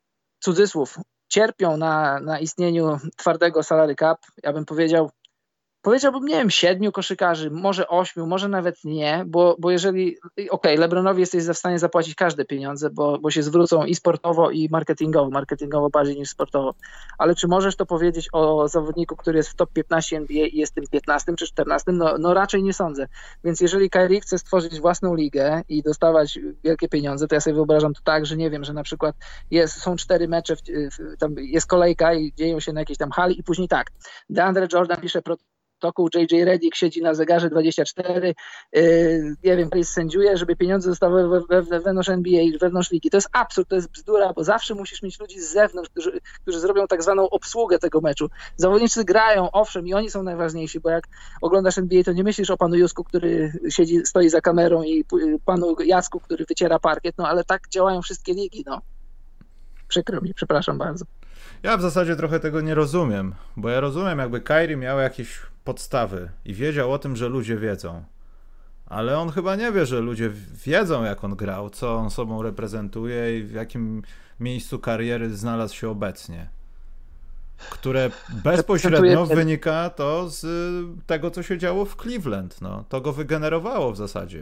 cudzysłów, cierpią na, na istnieniu twardego salary cap, ja bym powiedział, powiedziałbym, nie wiem, siedmiu koszykarzy, może ośmiu, może nawet nie, bo, bo jeżeli, okej, okay, LeBronowi jesteś w stanie zapłacić każde pieniądze, bo, bo się zwrócą i sportowo, i marketingowo, marketingowo bardziej niż sportowo, ale czy możesz to powiedzieć o zawodniku, który jest w top piętnaście N B A i jest tym piętnastym czy czternastym? No, no raczej nie sądzę, więc jeżeli Kyrie chce stworzyć własną ligę i dostawać wielkie pieniądze, to ja sobie wyobrażam to tak, że nie wiem, że na przykład jest, są cztery mecze, w, w, tam jest kolejka i dzieją się na jakiejś tam hali i później tak, DeAndre Jordan pisze pro toku, J J Redick siedzi na zegarze dwadzieścia cztery, yy, nie wiem, sędziuje, żeby pieniądze zostały we, we, we, wewnątrz N B A, wewnątrz ligi. To jest absurd, to jest bzdura, bo zawsze musisz mieć ludzi z zewnątrz, którzy, którzy zrobią tak zwaną obsługę tego meczu. Zawodnicy grają, owszem, i oni są najważniejsi, bo jak oglądasz N B A, to nie myślisz o panu Jusku, który siedzi, stoi za kamerą i panu Jacku, który wyciera parkiet, no ale tak działają wszystkie ligi, no. Przykro mi, przepraszam bardzo. Ja w zasadzie trochę tego nie rozumiem, bo ja rozumiem, jakby Kyrie miał jakieś podstawy i wiedział o tym, że ludzie wiedzą. Ale on chyba nie wie, że ludzie wiedzą, jak on grał, co on sobą reprezentuje i w jakim miejscu kariery znalazł się obecnie. Które bezpośrednio wynika to z tego, co się działo w Cleveland. No, to go wygenerowało w zasadzie.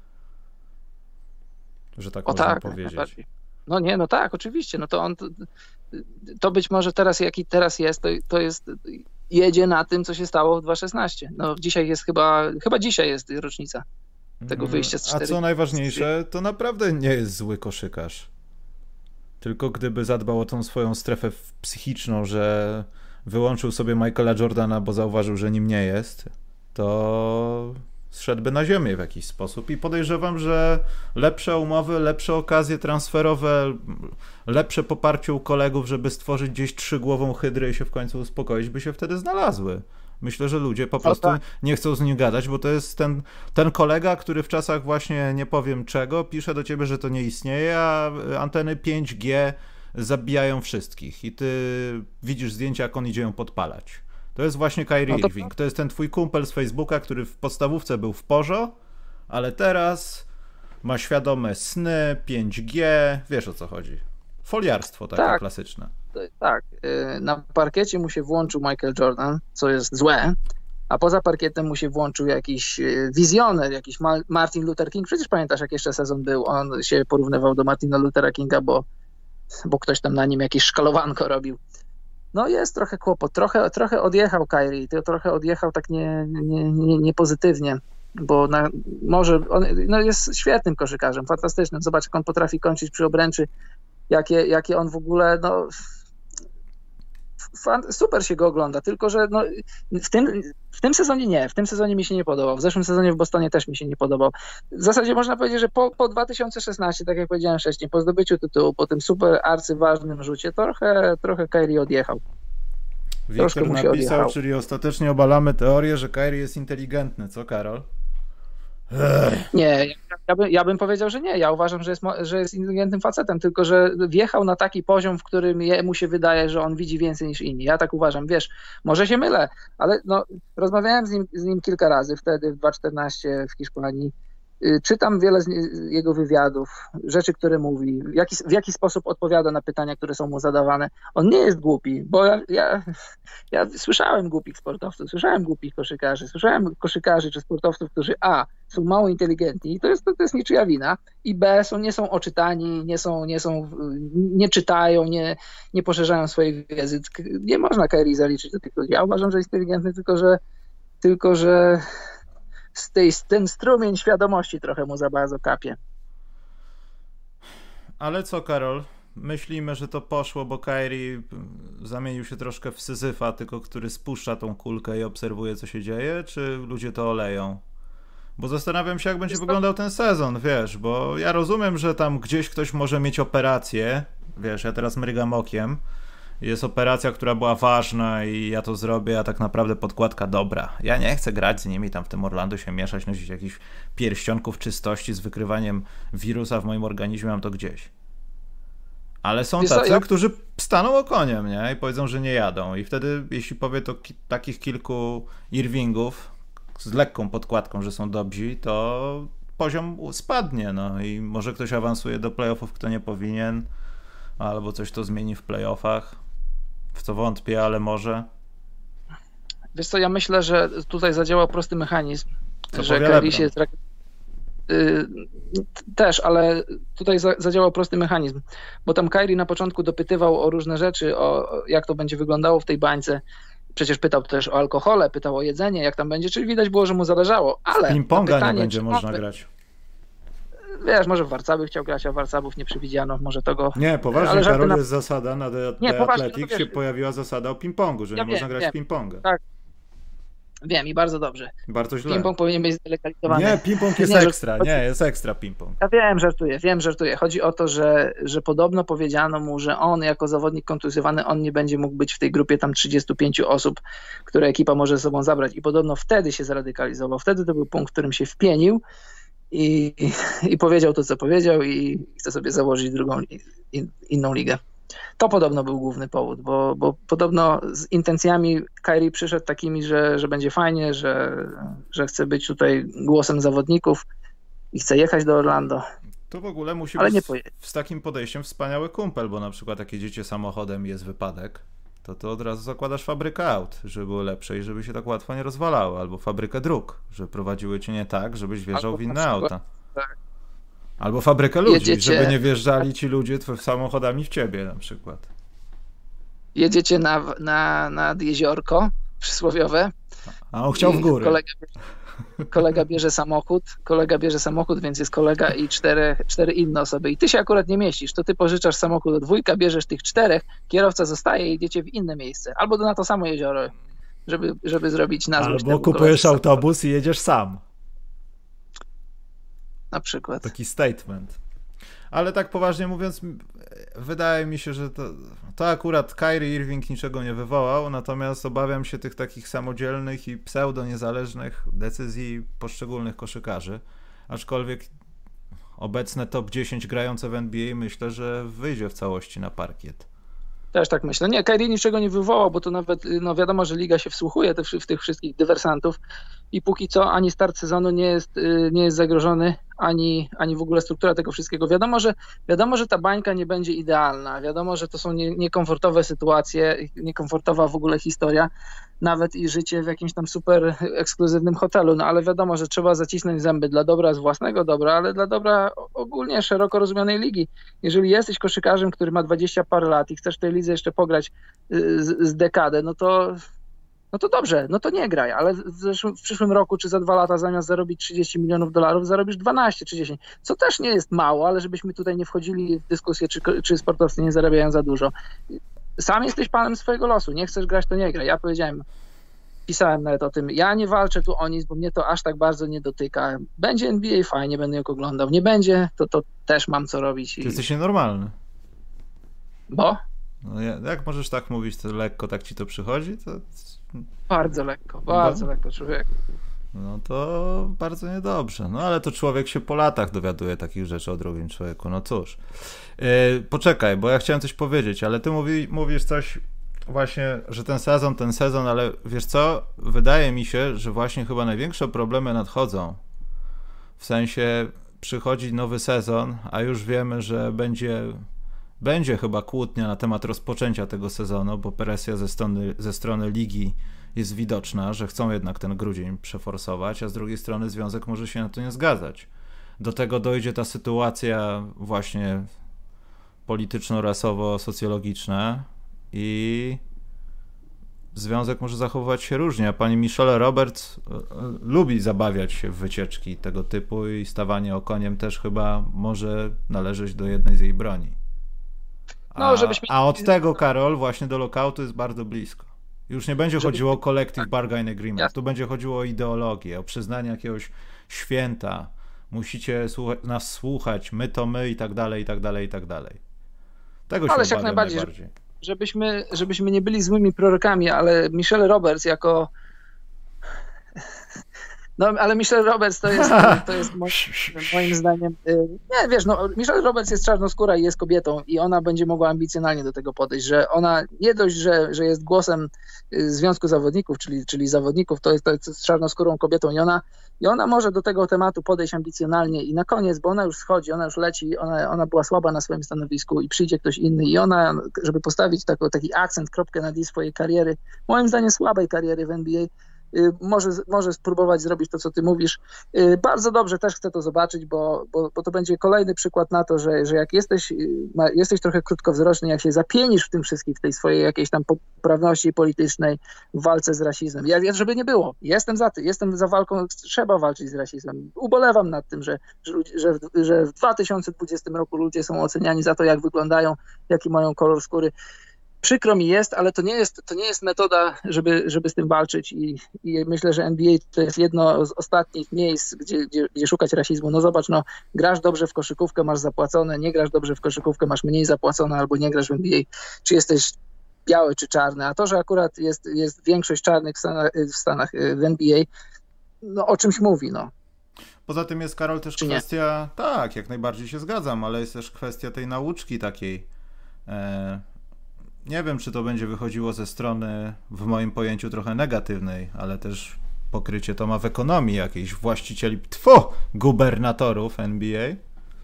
Że tak o można tak, powiedzieć. No nie, no tak, oczywiście. No to on, to, to być może teraz, jaki teraz jest, to, to jest, jedzie na tym, co się stało w dwa tysiące szesnastym. No dzisiaj jest chyba, chyba dzisiaj jest rocznica tego wyjścia z cztery. A co najważniejsze, to naprawdę nie jest zły koszykarz. Tylko gdyby zadbał o tą swoją strefę psychiczną, że wyłączył sobie Michaela Jordana, bo zauważył, że nim nie jest, to zszedłby na ziemię w jakiś sposób i podejrzewam, że lepsze umowy, lepsze okazje transferowe, lepsze poparcie u kolegów, żeby stworzyć gdzieś trzygłową hydrę i się w końcu uspokoić, by się wtedy znalazły. Myślę, że ludzie po prostu tak nie chcą z nim gadać, bo to jest ten, ten kolega, który w czasach właśnie nie powiem czego pisze do ciebie, że to nie istnieje, a anteny pięć G zabijają wszystkich i ty widzisz zdjęcia, jak on idzie ją podpalać. To jest właśnie Kyrie no to... Irving. To jest ten twój kumpel z Facebooka, który w podstawówce był w porzo, ale teraz ma świadome sny, pięć G, wiesz o co chodzi. Foliarstwo takie tak, klasyczne. Tak, na parkiecie mu się włączył Michael Jordan, co jest złe, a poza parkietem mu się włączył jakiś wizjoner, jakiś Martin Luther King. Przecież pamiętasz, jak jeszcze sezon był, on się porównywał do Martina Luthera Kinga, bo, bo ktoś tam na nim jakieś szkalowanko robił. No jest trochę kłopot, trochę, trochę odjechał Kyrie, to trochę odjechał tak nie, nie, nie, nie pozytywnie, bo na, może on no jest świetnym koszykarzem, fantastycznym. Zobacz, jak on potrafi kończyć przy obręczy, jakie, jakie on w ogóle, no fan, super się go ogląda, tylko że no, w, tym, w tym sezonie nie, w tym sezonie mi się nie podobał, w zeszłym sezonie w Bostonie też mi się nie podobał. W zasadzie można powiedzieć, że po, po dwa tysiące szesnastym, tak jak powiedziałem wcześniej, po zdobyciu tytułu, po tym super arcyważnym rzucie, trochę, trochę Kyrie odjechał. Wiktor napisał, odjechał. Czyli ostatecznie obalamy teorię, że Kyrie jest inteligentny, co Karol? Ech. Nie, ja, by, ja bym powiedział, że nie. Ja uważam, że jest, że jest inteligentnym facetem, tylko że wjechał na taki poziom, w którym mu się wydaje, że on widzi więcej niż inni. Ja tak uważam, wiesz, może się mylę, ale no, rozmawiałem z nim, z nim kilka razy wtedy w dwa tysiące czternastym w Hiszpanii. Czytam wiele z jego wywiadów, rzeczy, które mówi, w jaki, w jaki sposób odpowiada na pytania, które są mu zadawane. On nie jest głupi, bo ja, ja, ja słyszałem głupich sportowców, słyszałem głupich koszykarzy, słyszałem koszykarzy czy sportowców, którzy a, są mało inteligentni i to jest, to, to jest niczyja wina, i b, są, nie są oczytani, nie, są, nie, są, nie czytają, nie, nie poszerzają swojej wiedzy. Nie można Kyrie zaliczyć do tych ludzi. Ja uważam, że jest inteligentny, tylko że, tylko, że z tej, ten strumień świadomości trochę mu za bardzo kapie. Ale co, Karol? Myślimy, że to poszło, bo Kyrie zamienił się troszkę w Syzyfa, tylko który spuszcza tą kulkę i obserwuje, co się dzieje, czy ludzie to oleją? Bo zastanawiam się, jak będzie wyglądał ten sezon, wiesz, bo ja rozumiem, że tam gdzieś ktoś może mieć operację, wiesz, ja teraz mrygam okiem, jest operacja, która była ważna i ja to zrobię, a tak naprawdę podkładka dobra. Ja nie chcę grać z nimi, tam w tym Orlando się mieszać, nosić jakichś pierścionków czystości z wykrywaniem wirusa w moim organizmie, mam to gdzieś. Ale są Wiesz, tacy, ja... którzy staną okoniem, nie? I powiedzą, że nie jadą. I wtedy, jeśli powie to ki- takich kilku Irvingów z lekką podkładką, że są dobrzy, to poziom spadnie, no i może ktoś awansuje do playoffów, kto nie powinien, albo coś to zmieni w playoffach. W co wątpię, ale może. Wiesz co, ja myślę, że tutaj zadziałał prosty mechanizm, Co że powie Kyrie LeBron. się trak... y, też, ale tutaj za, zadziałał prosty mechanizm, bo tam Kyrie na początku dopytywał o różne rzeczy, o o jak to będzie wyglądało w tej bańce. Przecież pytał też o alkohole, pytał o jedzenie, jak tam będzie, czyli widać było, że mu zależało, ale W ping-ponga na pytanie, nie będzie czy można on- grać. Wiesz, może w Warszawie chciał grać, a Warszawów nie przewidziano, może to go... Nie, poważnie, Ale żarty Karol, na- jest zasada na The, Nie, The poważnie, Athletic, to się wiesz- pojawiła zasada o ping-pongu, że Ja nie wiem, można grać wiem. w ping-ponga. Tak. Wiem i bardzo dobrze. Bardzo źle. Ping-pong powinien być zdelegalizowany. Nie, ping-pong jest Nie, że- ekstra, nie, jest ekstra ping-pong. Ja wiem, żartuję, wiem, żartuję. Chodzi o to, że, że podobno powiedziano mu, że on jako zawodnik kontuzjowany, on nie będzie mógł być w tej grupie tam trzydziestu pięciu osób, które ekipa może ze sobą zabrać. I podobno wtedy się zradykalizował. Wtedy to był punkt, w którym się wpienił i, i, i powiedział to, co powiedział i chce sobie założyć drugą, li- in, inną ligę. To podobno był główny powód, bo, bo podobno z intencjami Kyrie przyszedł takimi, że, że będzie fajnie, że, że chce być tutaj głosem zawodników i chce jechać do Orlando. To w ogóle musi Ale nie być pojedzie. z, z takim podejściem wspaniały kumpel, bo na przykład jak jedziecie samochodem i jest wypadek, to to od razu zakładasz fabrykę aut, żeby było lepsze i żeby się tak łatwo nie rozwalało, albo fabrykę dróg, że prowadziły cię nie tak, żebyś wjeżdżał Albo w inne na przykład- auta. tak. Albo fabrykę ludzi, Jedziecie- żeby nie wjeżdżali ci ludzie tw- samochodami w ciebie na przykład. Jedziecie na, na, nad jeziorko przysłowiowe. A on chciał w i góry. Kolega, kolega bierze samochód, kolega bierze samochód, więc jest kolega i cztery, cztery inne osoby. I ty się akurat nie mieścisz, to ty pożyczasz samochód do dwójka, bierzesz tych czterech, kierowca zostaje i idziecie w inne miejsce. Albo na to samo jezioro, żeby, żeby zrobić na złość Albo temu kupujesz koledze. autobus i jedziesz sam. Na przykład. Taki statement. Ale tak poważnie mówiąc, m- wydaje mi się, że to, to akurat Kyrie Irving niczego nie wywołał, natomiast obawiam się tych takich samodzielnych i pseudo-niezależnych decyzji poszczególnych koszykarzy. Aczkolwiek obecne top dziesięć grające w N B A myślę, że wyjdzie w całości na parkiet. Też tak myślę. Nie, Kyrie niczego nie wywołał, bo to nawet, no wiadomo, że liga się wsłuchuje te, w tych wszystkich dywersantów i póki co ani start sezonu nie jest, y, nie jest zagrożony, ani, ani w ogóle struktura tego wszystkiego. Wiadomo, że wiadomo, że ta bańka nie będzie idealna. Wiadomo, że to są nie, niekomfortowe sytuacje, niekomfortowa w ogóle historia, nawet i życie w jakimś tam super ekskluzywnym hotelu, no ale wiadomo, że trzeba zacisnąć zęby dla dobra z własnego dobra, ale dla dobra ogólnie szeroko rozumianej ligi. Jeżeli jesteś koszykarzem, który ma dwadzieścia parę lat i chcesz w tej lidze jeszcze pograć y, z, z dekadę, no to no to dobrze, no to nie graj, ale w, zeszłym, w przyszłym roku czy za dwa lata zamiast zarobić trzydzieści milionów dolarów, zarobisz dwanaście czy dziesięć, co też nie jest mało, ale żebyśmy tutaj nie wchodzili w dyskusję, czy, czy sportowcy nie zarabiają za dużo. Sam jesteś panem swojego losu, nie chcesz grać, to nie graj. Ja powiedziałem, pisałem nawet o tym, ja nie walczę tu o nic, bo mnie to aż tak bardzo nie dotyka. Będzie N B A, fajnie, będę ją oglądał. Nie będzie, to, to też mam co robić. Ty I... jesteś nienormalny. Bo? No, ja- jak możesz tak mówić, to lekko tak ci to przychodzi, to Bardzo lekko, bardzo Bo? lekko, człowiek. no to bardzo niedobrze. No ale to człowiek się po latach dowiaduje takich rzeczy o drugim człowieku. No cóż. Yy, poczekaj, bo ja chciałem coś powiedzieć, ale ty mówi, mówisz coś właśnie, że ten sezon, ten sezon, ale wiesz co? Wydaje mi się, że właśnie chyba największe problemy nadchodzą. W sensie przychodzi nowy sezon, a już wiemy, że będzie, będzie chyba kłótnia na temat rozpoczęcia tego sezonu, bo presja ze strony, ze strony ligi jest widoczna, że chcą jednak ten grudzień przeforsować, a z drugiej strony związek może się na to nie zgadzać. Do tego dojdzie ta sytuacja właśnie polityczno-rasowo-socjologiczna i związek może zachowywać się różnie, a pani Michelle Roberts e, e, lubi zabawiać się w wycieczki tego typu i stawanie okoniem też chyba może należeć do jednej z jej broni. A, No, żebyśmy- a od tego, Karol, właśnie do lockoutu jest bardzo blisko. Już nie będzie Żeby- chodziło o collective bargain agreement, Jasne. tu będzie chodziło o ideologię, o przyznanie jakiegoś święta. Musicie słucha- nas słuchać, my to my i tak dalej, i tak dalej, i tak dalej. Tego się Ależ jak obawiam najbardziej, najbardziej. Żebyśmy, żebyśmy nie byli złymi prorokami, ale Michelle Roberts jako No, ale Michelle Roberts to jest, to jest moim, moim zdaniem, nie, wiesz, no, Michelle Roberts jest czarnoskóra i jest kobietą i ona będzie mogła ambicjonalnie do tego podejść, że ona nie dość, że, że jest głosem Związku Zawodników, czyli, czyli zawodników, to jest, to jest czarnoskórą kobietą i ona, i ona może do tego tematu podejść ambicjonalnie i na koniec, bo ona już schodzi, ona już leci, ona, ona była słaba na swoim stanowisku i przyjdzie ktoś inny i ona, żeby postawić taki, taki akcent, kropkę nad jej swojej kariery, moim zdaniem słabej kariery w N B A, Może, może spróbować zrobić to, co ty mówisz. Bardzo dobrze, też chcę to zobaczyć, bo, bo, bo to będzie kolejny przykład na to, że, że jak jesteś, jesteś trochę krótkowzroczny, jak się zapienisz w tym wszystkim, w tej swojej jakiejś tam poprawności politycznej, w walce z rasizmem. Ja, żeby nie było, jestem za tym, jestem za walką, trzeba walczyć z rasizmem. Ubolewam nad tym, że, że, że, że w dwa tysiące dwudziestym roku ludzie są oceniani za to, jak wyglądają, jaki mają kolor skóry. Przykro mi jest, ale to nie jest, to nie jest metoda, żeby, żeby z tym walczyć i, i myślę, że N B A to jest jedno z ostatnich miejsc, gdzie, gdzie, gdzie szukać rasizmu. No zobacz, no grasz dobrze w koszykówkę, masz zapłacone, nie grasz dobrze w koszykówkę, masz mniej zapłacone albo nie grasz w N B A, czy jesteś biały czy czarny, a to, że akurat jest, jest większość czarnych w Stanach, w Stanach w N B A, no o czymś mówi, no. Poza tym jest, Karol, też kwestia, tak, jak najbardziej się zgadzam, ale jest też kwestia tej nauczki takiej, e... Nie wiem, czy to będzie wychodziło ze strony, w moim pojęciu, trochę negatywnej, ale też pokrycie to ma w ekonomii jakichś właścicieli, tfu, gubernatorów N B A yy,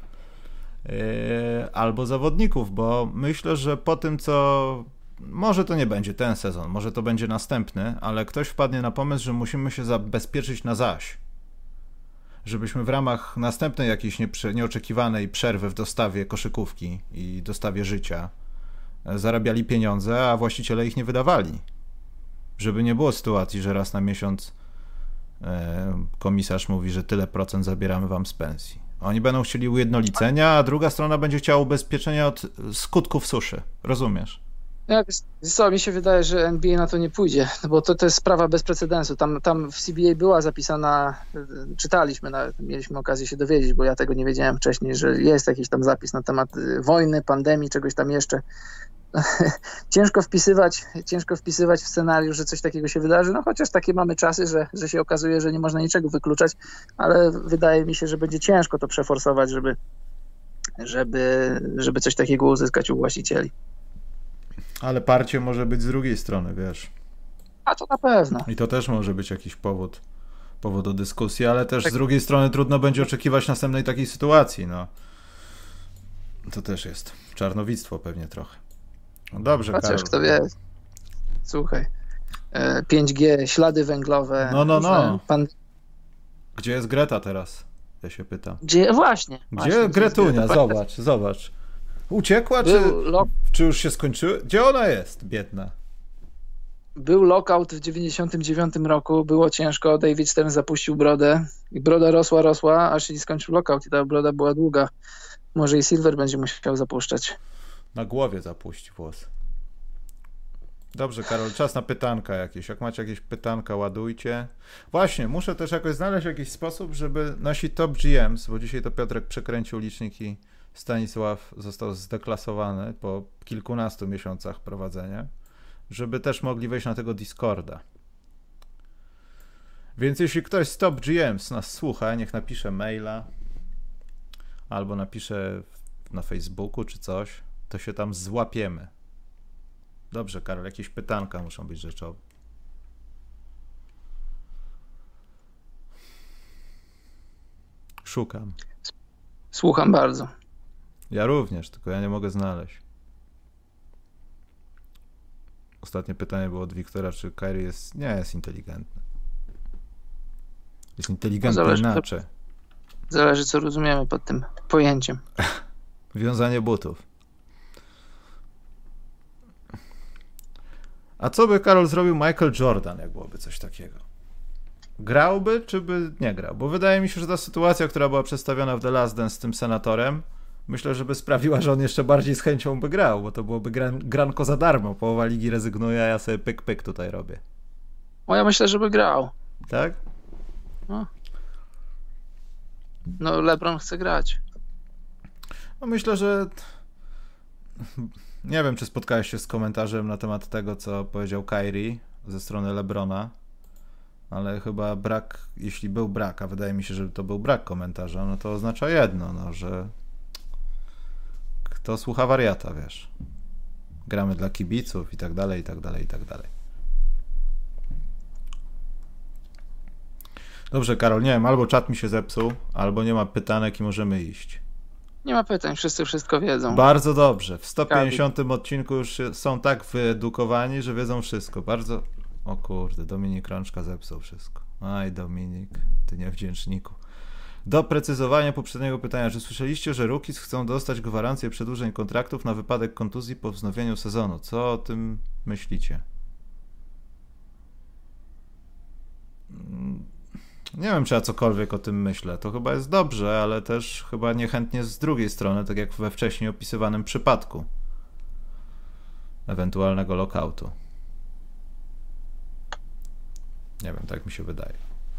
albo zawodników, bo myślę, że po tym, co może to nie będzie ten sezon, może to będzie następny, ale ktoś wpadnie na pomysł, że musimy się zabezpieczyć na zaś. Żebyśmy w ramach następnej jakiejś nieprze- nieoczekiwanej przerwy w dostawie koszykówki i dostawie życia zarabiali pieniądze, a właściciele ich nie wydawali. Żeby nie było sytuacji, że raz na miesiąc e, komisarz mówi, że tyle procent zabieramy wam z pensji. Oni będą chcieli ujednolicenia, a druga strona będzie chciała ubezpieczenia od skutków suszy. Rozumiesz? Ja, co, mi się wydaje, że N B A na to nie pójdzie, bo to, to jest sprawa bez precedensu. Tam, tam w C B A była zapisana, czytaliśmy, nawet, mieliśmy okazję się dowiedzieć, bo ja tego nie wiedziałem wcześniej, że jest jakiś tam zapis na temat wojny, pandemii, czegoś tam jeszcze. Ciężko wpisywać, ciężko wpisywać w scenariusz, że coś takiego się wydarzy, no chociaż takie mamy czasy, że, że się okazuje, że nie można niczego wykluczać, ale wydaje mi się, że będzie ciężko to przeforsować, żeby, żeby, żeby coś takiego uzyskać u właścicieli. Ale parcie może być z drugiej strony, wiesz. A to na pewno. I to też może być jakiś powód, powód do dyskusji, ale też tak. Z drugiej strony trudno będzie oczekiwać następnej takiej sytuacji, no. To też jest czarnowictwo pewnie trochę. No dobrze, chociaż Karol. Kto wie. Słuchaj. pięć G, ślady węglowe. No, no, no. Pan... Gdzie jest Greta teraz? Ja się pytam. Gdzie? Właśnie. Gdzie właśnie, Gretunia? Zobacz, zobacz. Uciekła, czy, lo... czy już się skończyły? Gdzie ona jest, biedna? Był lockout w dziewięćdziesiątym dziewiątym roku, było ciężko, David Stern zapuścił brodę i broda rosła, rosła, aż się skończył lockout i ta broda była długa. Może i Silver będzie musiał zapuszczać. Na głowie zapuści włos. Dobrze, Karol, czas na pytanka jakieś. Jak macie jakieś pytanka, ładujcie. Właśnie, muszę też jakoś znaleźć jakiś sposób, żeby nasi top G Ms, bo dzisiaj to Piotrek przekręcił licznik i Stanisław został zdeklasowany po kilkunastu miesiącach prowadzenia, żeby też mogli wejść na tego Discorda. Więc jeśli ktoś z top G Ms nas słucha, niech napisze maila albo napisze na Facebooku czy coś, to się tam złapiemy. Dobrze, Karol, jakieś pytanka muszą być rzeczowe. Szukam. Słucham bardzo. Ja również, tylko ja nie mogę znaleźć. Ostatnie pytanie było od Wiktora, czy Kyrie jest... Nie, jest inteligentny. Jest inteligentny no zależy, inaczej. Zależy, co rozumiemy pod tym pojęciem. Wiązanie butów. A co by, Karol, zrobił Michael Jordan, jak byłoby coś takiego? Grałby, czy by nie grał? Bo wydaje mi się, że ta sytuacja, która była przedstawiona w The Last Dance z tym senatorem, myślę, że by sprawiła, że on jeszcze bardziej z chęcią by grał, bo to byłoby gran, granko za darmo. Połowa ligi rezygnuje, a ja sobie pyk, pyk tutaj robię. O, ja myślę, że by grał. Tak? No, no LeBron chce grać. No myślę, że... Nie wiem, czy spotkałeś się z komentarzem na temat tego, co powiedział Kyrie ze strony LeBrona, ale chyba brak, jeśli był brak, a wydaje mi się, że to był brak komentarza, no to oznacza jedno, no, że kto słucha wariata, wiesz. Gramy dla kibiców i tak dalej, i tak dalej, i tak dalej. Dobrze, Karol, nie wiem, albo czat mi się zepsuł, albo nie ma pytanek i możemy iść. Nie ma pytań, wszyscy wszystko wiedzą. Bardzo dobrze. W sto pięćdziesiątym odcinku już są tak wyedukowani, że wiedzą wszystko. Bardzo... O kurde, Dominik Rączka zepsuł wszystko. Aj, Dominik, ty niewdzięczniku. Doprecyzowanie poprzedniego pytania. Czy słyszeliście, że Rookies chcą dostać gwarancję przedłużeń kontraktów na wypadek kontuzji po wznowieniu sezonu? Co o tym myślicie? Nie wiem, czy ja cokolwiek o tym myślę. To chyba jest dobrze, ale też chyba niechętnie z drugiej strony, tak jak we wcześniej opisywanym przypadku ewentualnego lockoutu. Nie wiem, tak mi się wydaje.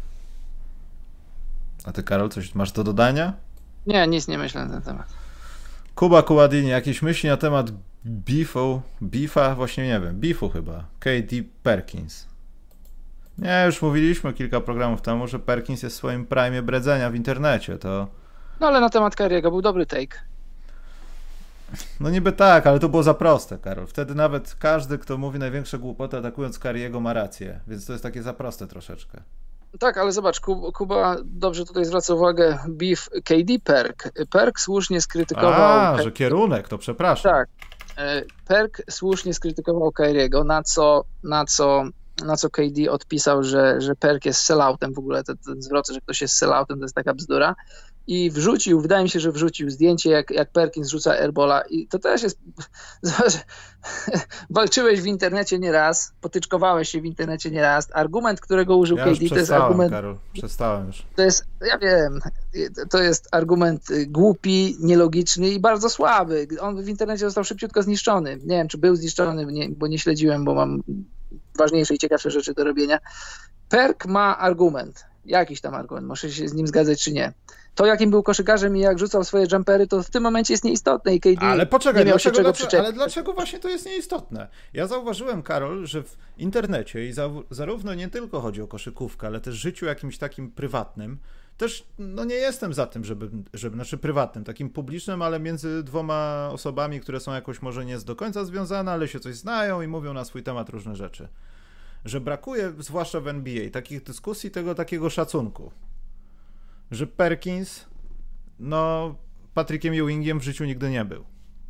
A ty, Karol, coś masz do dodania? Nie, nic nie myślę na ten temat. Kuba Kuładini, jakieś myśli na temat beefu, beefa, właśnie nie wiem, beefu chyba, K D Perkins. Nie, już mówiliśmy kilka programów temu, że Perkins jest w swoim prime bredzenia w internecie, to... No ale na temat Kyriego był dobry take. No niby tak, ale to było za proste, Karol. Wtedy nawet każdy, kto mówi największe głupoty atakując Kyriego, ma rację, więc to jest takie za proste troszeczkę. Tak, ale zobacz, Kuba dobrze tutaj zwraca uwagę, beef K D Perk. Perk słusznie skrytykował... A, że kierunek, to przepraszam. Tak, Perk słusznie skrytykował Kyriego, na co, na co, na co K D odpisał, że, że Perk jest selloutem w ogóle, ten, ten zwrot, że ktoś jest selloutem, to jest taka bzdura. I wrzucił, wydaje mi się, że wrzucił zdjęcie, jak, jak Perkins rzuca airbola i to też jest... Walczyłeś w internecie nieraz, potyczkowałeś się w internecie nieraz. Argument, którego użył ja K D, to jest argument... Karol, przestałem już. To jest, ja wiem, to jest argument głupi, nielogiczny i bardzo słaby. On w internecie został szybciutko zniszczony. Nie wiem, czy był zniszczony, nie, bo nie śledziłem, bo mam ważniejsze i ciekawsze rzeczy do robienia. Perk ma argument. Jakiś tam argument, może się z nim zgadzać czy nie. To, jakim był koszykarzem i jak rzucał swoje jumpery, to w tym momencie jest nieistotne i K D ale poczekaj, nie miał dlaczego, się czego dlaczego, przyczepić. ale dlaczego właśnie to jest nieistotne? Ja zauważyłem, Karol, że w internecie i za, zarówno nie tylko chodzi o koszykówkę, ale też życiu jakimś takim prywatnym, też no nie jestem za tym, żeby, żeby, znaczy prywatnym, takim publicznym, ale między dwoma osobami, które są jakoś może nie do końca związane, ale się coś znają i mówią na swój temat różne rzeczy. Że brakuje, zwłaszcza w N B A, takich dyskusji, tego takiego szacunku. Że Perkins, no, Patrickiem Ewingiem w życiu nigdy nie był.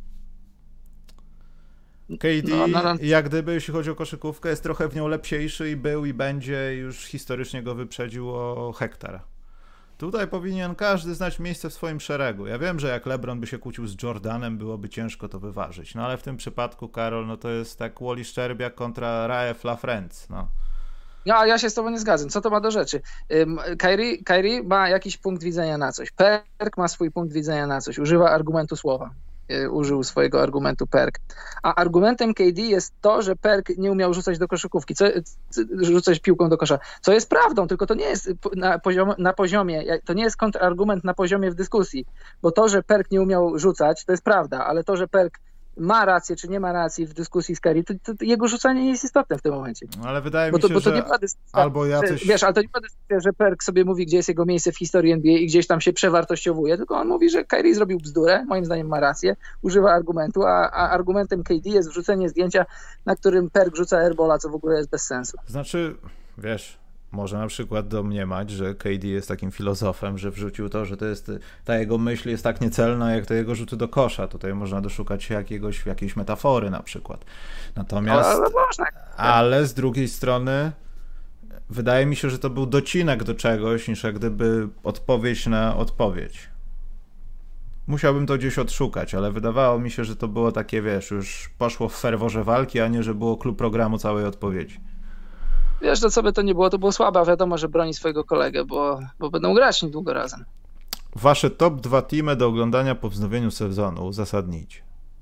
K D, no, no, no. jak gdyby, jeśli chodzi o koszykówkę, jest trochę w nią lepsiejszy i był i będzie, już historycznie go wyprzedził o hektar. Tutaj powinien każdy znać miejsce w swoim szeregu. Ja wiem, że jak LeBron by się kłócił z Jordanem, byłoby ciężko to wyważyć. No ale w tym przypadku, Karol, no to jest tak Wally Szczerbiak kontra Raef LaFrentz, no. No, ja się z tobą nie zgadzam. Co to ma do rzeczy? Kyrie, Kyrie ma jakiś punkt widzenia na coś. Perk ma swój punkt widzenia na coś. Używa argumentu słowa. Użył swojego argumentu Perk. A argumentem K D jest to, że Perk nie umiał rzucać do koszykówki, co, rzucać piłką do kosza. Co jest prawdą, tylko to nie jest na, poziom, na poziomie, to nie jest kontrargument na poziomie w dyskusji. Bo to, że Perk nie umiał rzucać, to jest prawda, ale to, że Perk ma rację, czy nie ma racji w dyskusji z Kyrie, to, to, to jego rzucanie nie jest istotne w tym momencie. No, ale wydaje bo mi to, się, bo to że nie była dyskusja, albo ja coś... Wiesz, ale to nie była dyskusja, że Perk sobie mówi, gdzie jest jego miejsce w historii N B A i gdzieś tam się przewartościowuje, tylko on mówi, że Kyrie zrobił bzdurę, moim zdaniem ma rację, używa argumentu, a, a argumentem K D jest wrzucenie zdjęcia, na którym Perk rzuca airbola, co w ogóle jest bez sensu. Znaczy, wiesz... Może na przykład domniemać, że K D jest takim filozofem, że wrzucił to, że to jest, ta jego myśl jest tak niecelna, jak te jego rzuty do kosza. Tutaj można doszukać się jakiegoś, jakiejś metafory na przykład. Natomiast, ale, można. ale z drugiej strony wydaje mi się, że to był docinek do czegoś, niż jak gdyby odpowiedź na odpowiedź. Musiałbym to gdzieś odszukać, ale wydawało mi się, że to było takie, wiesz, już poszło w ferworze walki, a nie, że było klub programu całej odpowiedzi. Wiesz, to co by to nie było, to było słabe, a wiadomo, że broni swojego kolegę, bo, bo będą grać niedługo razem. Wasze top dwa teamy do oglądania po wznowieniu sezonu uzasadnić.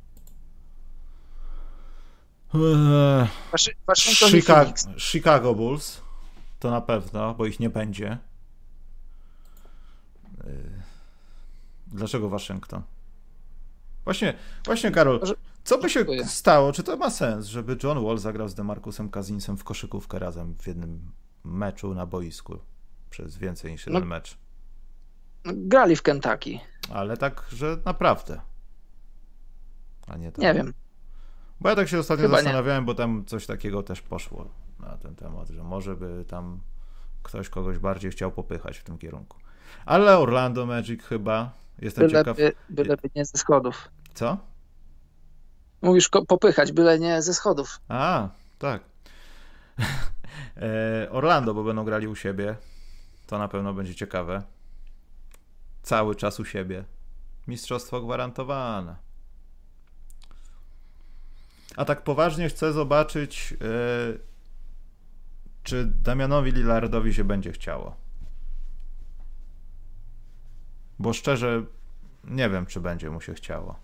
Waszy, Chicago, Chicago Bulls to na pewno, bo ich nie będzie. Dlaczego Waszyngton? Właśnie, właśnie Karol, co by się stało, czy to ma sens, żeby John Wall zagrał z DeMarcusem Cousinsem w koszykówkę razem w jednym meczu na boisku przez więcej niż jeden no, mecz. Grali w Kentucky. Ale tak, że naprawdę. A nie tak. Nie wiem. Bo ja tak się ostatnio Chyba zastanawiałem, nie. bo tam coś takiego też poszło na ten temat, że może by tam ktoś kogoś bardziej chciał popychać w tym kierunku. Ale Orlando Magic chyba, jestem byle ciekaw... By, byleby nie ze schodów. Co? Mówisz popychać, byle nie ze schodów. A, tak. Orlando, bo będą grali u siebie. To na pewno będzie ciekawe. Cały czas u siebie. Mistrzostwo gwarantowane. A tak poważnie chcę zobaczyć, yy, czy Damianowi Lillardowi się będzie chciało. Bo szczerze nie wiem, czy będzie mu się chciało.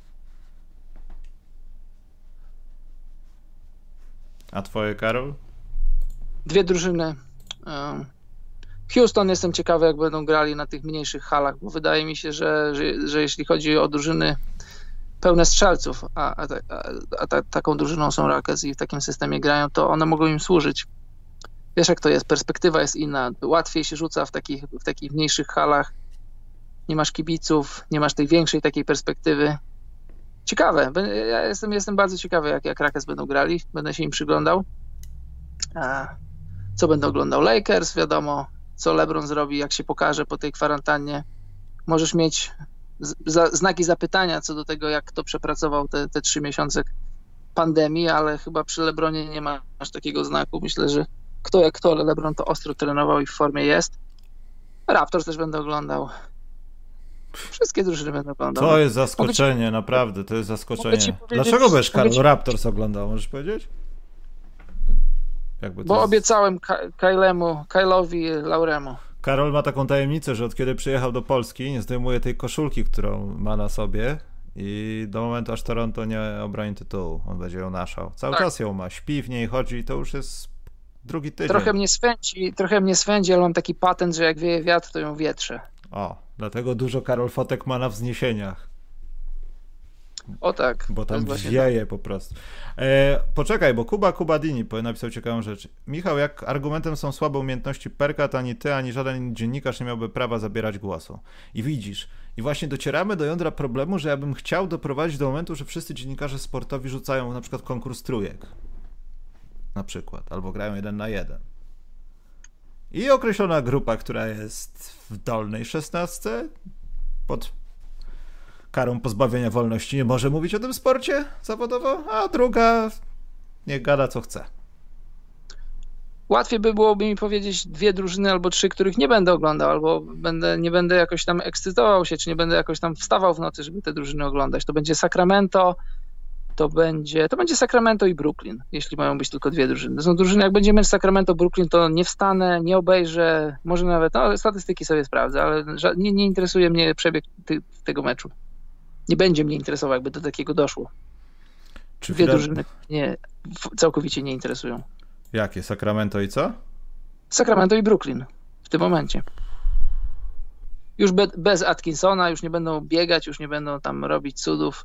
A twoje, Karol? Dwie drużyny. Houston, jestem ciekawy, jak będą grali na tych mniejszych halach, bo wydaje mi się, że, że, że jeśli chodzi o drużyny pełne strzelców, a, a, a, a ta, taką drużyną są Rockets i w takim systemie grają, to one mogą im służyć. Wiesz, jak to jest, perspektywa jest inna, łatwiej się rzuca w takich, w takich mniejszych halach, nie masz kibiców, nie masz tej większej takiej perspektywy. Ciekawe, ja jestem, jestem bardzo ciekawy, jak, jak Rockets będą grali, będę się im przyglądał. A co będę oglądał? Lakers, wiadomo, co LeBron zrobi, jak się pokaże po tej kwarantannie. Możesz mieć za, znaki zapytania co do tego, jak to przepracował te, te trzy miesiące pandemii, ale chyba przy LeBronie nie masz takiego znaku. Myślę, że kto jak kto, ale LeBron to ostro trenował i w formie jest. Raptors też będę oglądał. Wszystkie drużyny będą oglądał. To jest zaskoczenie, ci... naprawdę, to jest zaskoczenie. Dlaczego będziesz Karol ci... Raptors oglądał, możesz powiedzieć? Jakby Bo jest... obiecałem Kylemu, Kylowi Lauremu. Karol ma taką tajemnicę, że od kiedy przyjechał do Polski, nie zdejmuje tej koszulki, którą ma na sobie i do momentu, aż Toronto nie obroni tytułu, on będzie ją naszał. Cały tak. czas ją ma, śpi w niej, chodzi i to już jest drugi tydzień. Trochę mnie swędzi, trochę mnie swędzi, ale mam taki patent, że jak wieje wiatr, to ją wietrzę. O, dlatego dużo Karol fotek ma na wzniesieniach. O tak. Bo tam wieje po prostu. E, poczekaj, bo Kuba Kubadini napisał ciekawą rzecz. Michał, jak argumentem są słabe umiejętności Perka, to ani ty, ani żaden dziennikarz nie miałby prawa zabierać głosu. I widzisz, i właśnie docieramy do jądra problemu, że ja bym chciał doprowadzić do momentu, że wszyscy dziennikarze sportowi rzucają na przykład konkurs trójek. Na przykład. Albo grają jeden na jeden. I określona grupa, która jest w dolnej szesnastce pod karą pozbawienia wolności nie może mówić o tym sporcie zawodowo, a druga niech gada co chce. Łatwiej by byłoby mi powiedzieć dwie drużyny albo trzy, których nie będę oglądał, albo będę, nie będę jakoś tam ekscytował się, czy nie będę jakoś tam wstawał w nocy, żeby te drużyny oglądać. To będzie Sacramento, to będzie, to będzie Sacramento i Brooklyn, jeśli mają być tylko dwie drużyny. To są drużyny, jak będzie mecz Sacramento, Brooklyn, to nie wstanę, nie obejrzę, może nawet, no statystyki sobie sprawdzę, ale nie, nie interesuje mnie przebieg ty, tego meczu. Nie będzie mnie interesował, jakby do takiego doszło. Czy Dwie chwila... drużyny mnie całkowicie nie interesują. Jakie? Sacramento i co? Sacramento i Brooklyn w tym momencie. Już be, bez Atkinsona, już nie będą biegać, już nie będą tam robić cudów.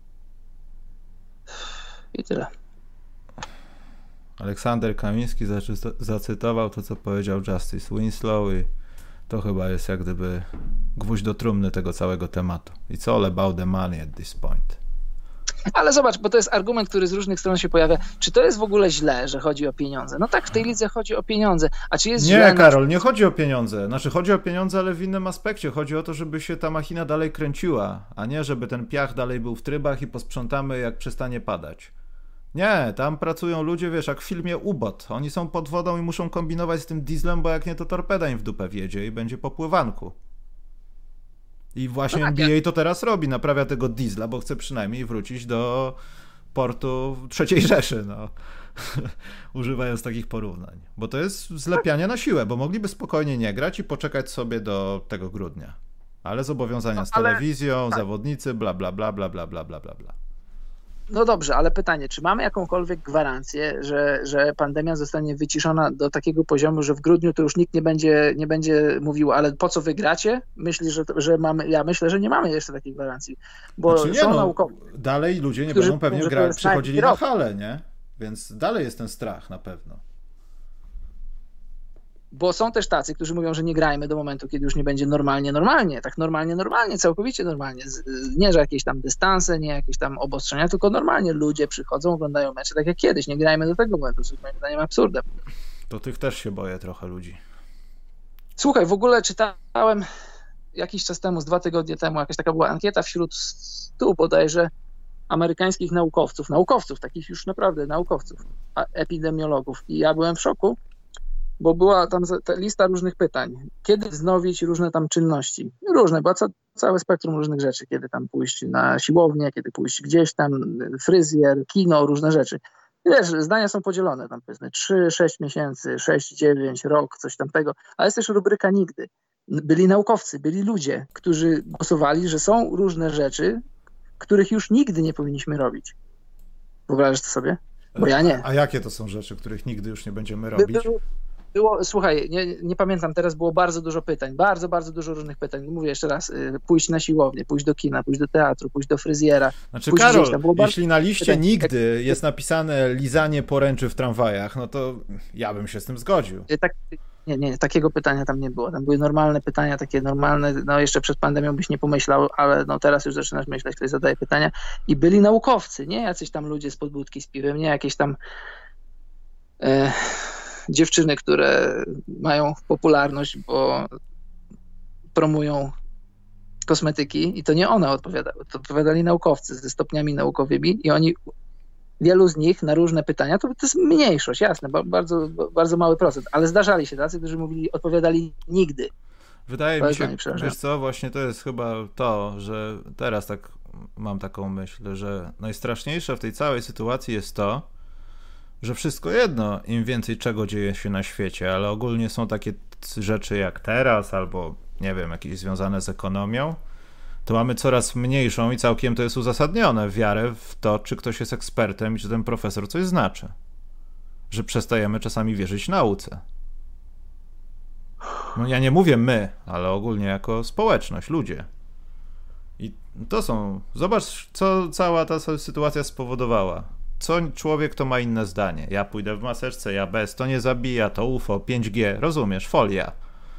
I tyle. Aleksander Kamiński zacy- zacytował to, co powiedział Justice Winslow i to chyba jest jak gdyby gwóźdź do trumny tego całego tematu. It's all about the money at this point. Ale zobacz, bo to jest argument, który z różnych stron się pojawia. Czy to jest w ogóle źle, że chodzi o pieniądze? No tak, w tej lidze chodzi o pieniądze. A czy jest nie, źle... Nie, Karol, nie chodzi o pieniądze. Znaczy chodzi o pieniądze, ale w innym aspekcie. Chodzi o to, żeby się ta machina dalej kręciła, a nie żeby ten piach dalej był w trybach i posprzątamy, jak przestanie padać. Nie, tam pracują ludzie, wiesz, jak w filmie U-Bot. Oni są pod wodą i muszą kombinować z tym dieslem, bo jak nie, to torpeda im w dupę wjedzie i będzie po pływanku. I właśnie no tak, N B A to teraz robi, naprawia tego diesla, bo chce przynajmniej wrócić do portu trzeciej Rzeszy, no. Używając takich porównań. Bo to jest zlepianie na siłę, bo mogliby spokojnie nie grać i poczekać sobie do tego grudnia. Ale zobowiązania z telewizją, no, ale... zawodnicy, bla, bla, bla, bla, bla, bla, bla, bla. No dobrze, ale pytanie, czy mamy jakąkolwiek gwarancję, że, że pandemia zostanie wyciszona do takiego poziomu, że w grudniu to już nikt nie będzie, nie będzie mówił, ale po co wy gracie? Myślisz, że, że mamy, ja myślę, że nie mamy jeszcze takiej gwarancji, bo znaczy nie, są no, naukowi, dalej ludzie nie będą pewnie gra, przychodzili na halę, nie? Więc dalej jest ten strach na pewno. Bo są też tacy, którzy mówią, że nie grajmy do momentu, kiedy już nie będzie normalnie, normalnie, tak normalnie, normalnie, całkowicie normalnie. Nie, że jakieś tam dystanse, nie jakieś tam obostrzenia, tylko normalnie ludzie przychodzą, oglądają mecze tak jak kiedyś. Nie grajmy do tego momentu, co jest moim zdaniem absurdem. To tych też się boję trochę ludzi. Słuchaj, w ogóle czytałem jakiś czas temu, z dwa tygodnie temu, jakaś taka była ankieta wśród stu bodajże amerykańskich naukowców, naukowców, takich już naprawdę naukowców, epidemiologów. I ja byłem w szoku, bo była tam ta lista różnych pytań. Kiedy wznowić różne tam czynności? Różne, bo ca, całe spektrum różnych rzeczy. Kiedy tam pójść na siłownię, kiedy pójść gdzieś tam, fryzjer, kino, różne rzeczy. I wiesz, zdania są podzielone tam powiedzmy trzy sześć miesięcy, sześć dziewięć, rok, coś tamtego. Ale jest też rubryka nigdy. Byli naukowcy, byli ludzie, którzy głosowali, że są różne rzeczy, których już nigdy nie powinniśmy robić. Wyobrażasz to sobie? Bo ja nie. A jakie to są rzeczy, których nigdy już nie będziemy robić? By, by, Było, słuchaj, nie, nie pamiętam, teraz było bardzo dużo pytań, bardzo, bardzo dużo różnych pytań. Mówię jeszcze raz, pójść na siłownię, pójść do kina, pójść do teatru, pójść do fryzjera. Znaczy Karol, jeśli na liście pytań, nigdy jak... jest napisane lizanie poręczy w tramwajach, no to ja bym się z tym zgodził. Tak, nie, nie, takiego pytania tam nie było. Tam były normalne pytania, takie normalne, no jeszcze przed pandemią byś nie pomyślał, ale no teraz już zaczynasz myśleć, ktoś zadaje pytania. I byli naukowcy, nie jacyś tam ludzie z podbudki z piwem, nie jakieś tam... E... dziewczyny, które mają popularność, bo promują kosmetyki i to nie one odpowiadały, to odpowiadali naukowcy ze stopniami naukowymi i oni, wielu z nich na różne pytania, to, to jest mniejszość, jasne, bardzo, bardzo mały procent, ale zdarzali się tacy, którzy mówili, odpowiadali nigdy. Wydaje mi się, wiesz co, właśnie to jest chyba to, że teraz tak mam taką myśl, że najstraszniejsze w tej całej sytuacji jest to, że wszystko jedno, im więcej czego dzieje się na świecie, ale ogólnie są takie rzeczy jak teraz, albo nie wiem, jakieś związane z ekonomią, to mamy coraz mniejszą i całkiem to jest uzasadnione wiarę w to, czy ktoś jest ekspertem i czy ten profesor coś znaczy. Że przestajemy czasami wierzyć nauce. No ja nie mówię my, ale ogólnie jako społeczność, ludzie. I to są... Zobacz, co cała ta sytuacja spowodowała. Co człowiek, to ma inne zdanie. Ja pójdę w maseczce, ja bez, to nie zabija, to U F O, pięć G, rozumiesz, folia.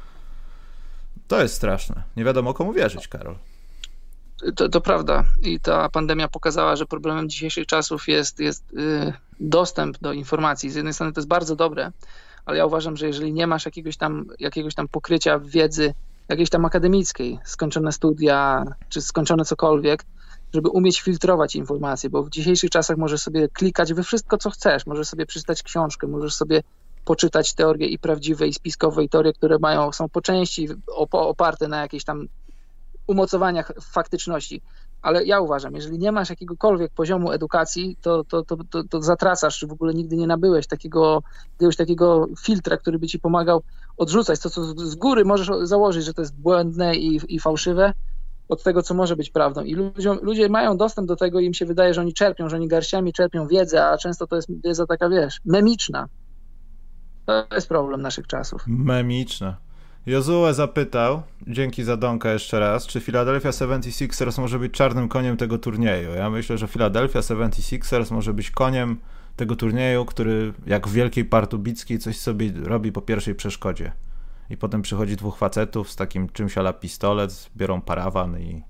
To jest straszne. Nie wiadomo komu wierzyć, Karol. To, to prawda i ta pandemia pokazała, że problemem dzisiejszych czasów jest, jest yy, dostęp do informacji. Z jednej strony to jest bardzo dobre, ale ja uważam, że jeżeli nie masz jakiegoś tam, jakiegoś tam pokrycia wiedzy jakiejś tam akademickiej, skończone studia, czy skończone cokolwiek, żeby umieć filtrować informacje, bo w dzisiejszych czasach możesz sobie klikać we wszystko, co chcesz. Możesz sobie przeczytać książkę, możesz sobie poczytać teorie i prawdziwe, i spiskowe, i teorie, które mają, są po części oparte na jakichś tam umocowaniach faktyczności. Ale ja uważam, jeżeli nie masz jakiegokolwiek poziomu edukacji, to, to, to, to, to zatracasz, czy w ogóle nigdy nie nabyłeś takiego, jakiegoś takiego filtra, który by ci pomagał odrzucać to, co z góry możesz założyć, że to jest błędne i, i fałszywe, od tego, co może być prawdą. I ludziom, ludzie mają dostęp do tego i im się wydaje, że oni czerpią, że oni garściami czerpią wiedzę, a często to jest wiedza taka, wiesz, memiczna. To jest problem naszych czasów. Memiczna. Jozue zapytał, dzięki za Donka jeszcze raz, czy Philadelphia seventy-sixers może być czarnym koniem tego turnieju. Ja myślę, że Philadelphia seventy-sixers może być koniem tego turnieju, który jak w Wielkiej Partubickiej coś sobie robi po pierwszej przeszkodzie. I potem przychodzi dwóch facetów z takim czymś a la pistolet, biorą parawan i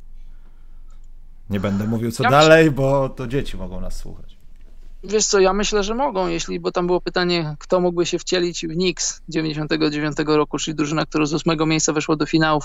nie będę mówił co ja dalej, myślę, bo to dzieci mogą nas słuchać. Wiesz co, ja myślę, że mogą, jeśli, bo tam było pytanie, kto mógłby się wcielić w Knicks dziewięćdziesiątego dziewiątego roku, czyli drużyna, która z ósmego miejsca weszła do finałów.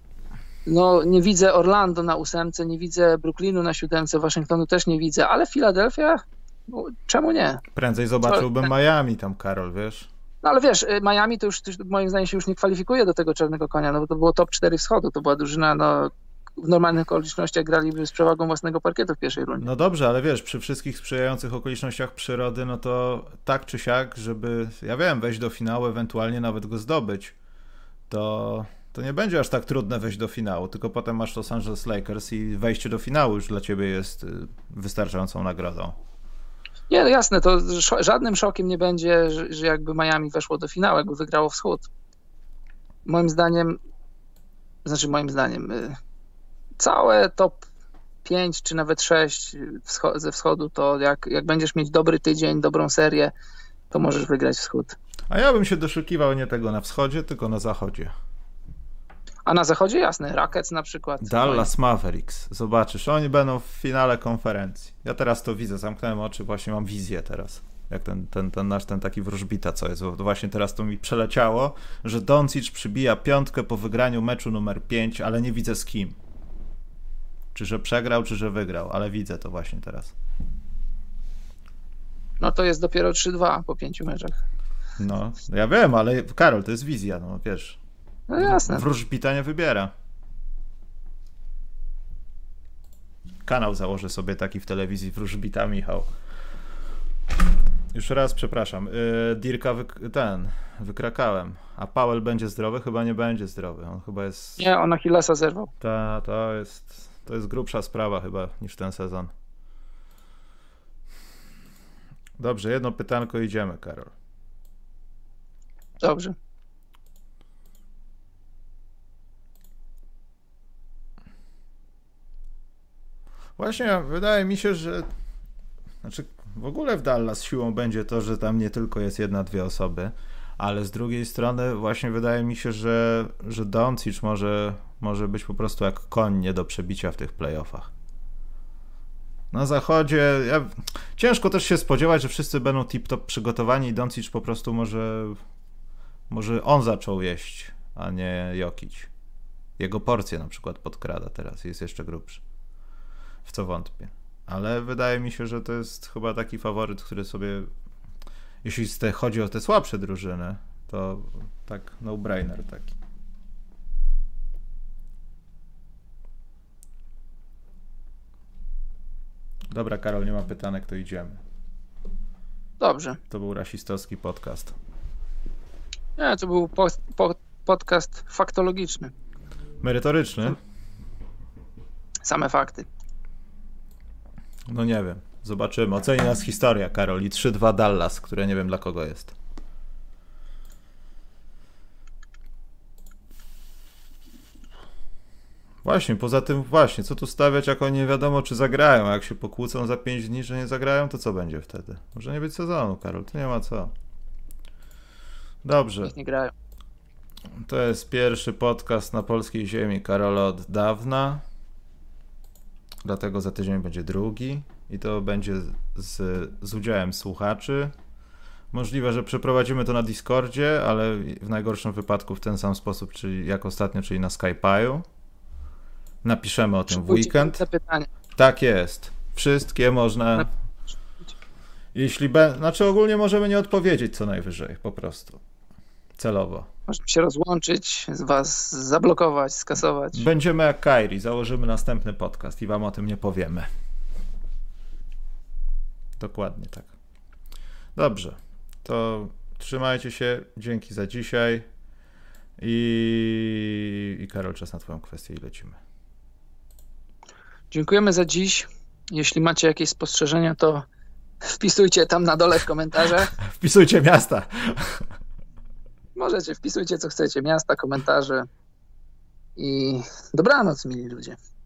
No nie widzę Orlando na ósemce, nie widzę Brooklynu na siódemce, Waszyngtonu też nie widzę, ale Filadelfia, no, czemu nie? Prędzej zobaczyłbym Co? Miami tam, Karol, wiesz? No ale wiesz, Miami to już, to już moim zdaniem się już nie kwalifikuje do tego czarnego konia, no bo to było top cztery wschodu, to była drużyna, no w normalnych okolicznościach graliby z przewagą własnego parkietu w pierwszej rundzie. No dobrze, ale wiesz, przy wszystkich sprzyjających okolicznościach przyrody, no to tak czy siak, żeby, ja wiem, wejść do finału, ewentualnie nawet go zdobyć, to, to nie będzie aż tak trudne wejść do finału, tylko potem masz Los Angeles Lakers i wejście do finału już dla ciebie jest wystarczającą nagrodą. Nie, no jasne, to żadnym szokiem nie będzie, że, że jakby Miami weszło do finału, jakby wygrało wschód. Moim zdaniem, znaczy moim zdaniem, całe top pięć czy nawet sześć ze wschodu, to jak, jak będziesz mieć dobry tydzień, dobrą serię, to możesz wygrać wschód. A ja bym się doszukiwał nie tego na wschodzie, tylko na zachodzie. A na zachodzie jasne, Rockets na przykład. Dallas Mavericks. Zobaczysz, oni będą w finale konferencji. Ja teraz to widzę, zamknąłem oczy, właśnie mam wizję teraz. Jak ten, ten, ten nasz, ten taki wróżbita, co jest. Właśnie teraz to mi przeleciało, że Doncic przybija piątkę po wygraniu meczu numer pięć, ale nie widzę z kim. Czy że przegrał, czy że wygrał, ale widzę to właśnie teraz. No to jest dopiero trzy dwa po pięciu meczach. No, ja wiem, ale Karol, to jest wizja, no wiesz. No jasne. Wróżbita nie wybiera. Kanał założę sobie taki w telewizji, wróżbita Michał. Już raz, przepraszam. Yy, Dirka wy- ten, wykrakałem. A Powell będzie zdrowy? Chyba nie będzie zdrowy. On chyba jest... Nie, on Achillesa zerwał. Ta, to jest, to jest grubsza sprawa chyba niż ten sezon. Dobrze, jedno pytanko, idziemy, Karol. Dobrze. Właśnie wydaje mi się, że znaczy w ogóle w Dallas siłą będzie to, że tam nie tylko jest jedna, dwie osoby, ale z drugiej strony właśnie wydaje mi się, że, że Doncic może, może być po prostu jak koń nie do przebicia w tych playoffach. Na zachodzie ja, ciężko też się spodziewać, że wszyscy będą tip-top przygotowani i Doncic po prostu może może on zaczął jeść, a nie Jokic. Jego porcję na przykład podkrada teraz, jest jeszcze grubszy. W co wątpię. Ale wydaje mi się, że to jest chyba taki faworyt, który sobie, jeśli te, chodzi o te słabsze drużyny, to tak no-brainer taki. Dobra, Karol, nie ma pytanek, to idziemy. Dobrze. To był rasistowski podcast. Nie, to był po, po, podcast faktologiczny. Merytoryczny? Same fakty. No nie wiem. Zobaczymy. Oceni nas historia, Karol. I trzy dwa Dallas, które nie wiem dla kogo jest. Właśnie, poza tym właśnie, co tu stawiać, jak oni nie wiadomo, czy zagrają, a jak się pokłócą za pięć dni, że nie zagrają, to co będzie wtedy? Może nie być sezonu, Karol, to nie ma co. Dobrze. Niech nie grają. To jest pierwszy podcast na polskiej ziemi, Karol, od dawna. Dlatego za tydzień będzie drugi i to będzie z, z udziałem słuchaczy. Możliwe, że przeprowadzimy to na Discordzie, ale w najgorszym wypadku w ten sam sposób, czyli jak ostatnio, czyli na Skype'u. Napiszemy o tym w weekend. Tak jest. Wszystkie można. Jeśli be... Znaczy ogólnie możemy nie odpowiedzieć co najwyżej, po prostu. Celowo. Możemy się rozłączyć, z was zablokować, skasować. Będziemy jak Kairi, założymy następny podcast i wam o tym nie powiemy. Dokładnie tak. Dobrze. To trzymajcie się. Dzięki za dzisiaj. I, I Karol, czas na twoją kwestię i lecimy. Dziękujemy za dziś. Jeśli macie jakieś spostrzeżenia, to wpisujcie tam na dole w komentarzach. Wpisujcie miasta. Możecie, wpisujcie co chcecie. Miasta, komentarze. I dobranoc, mili ludzie.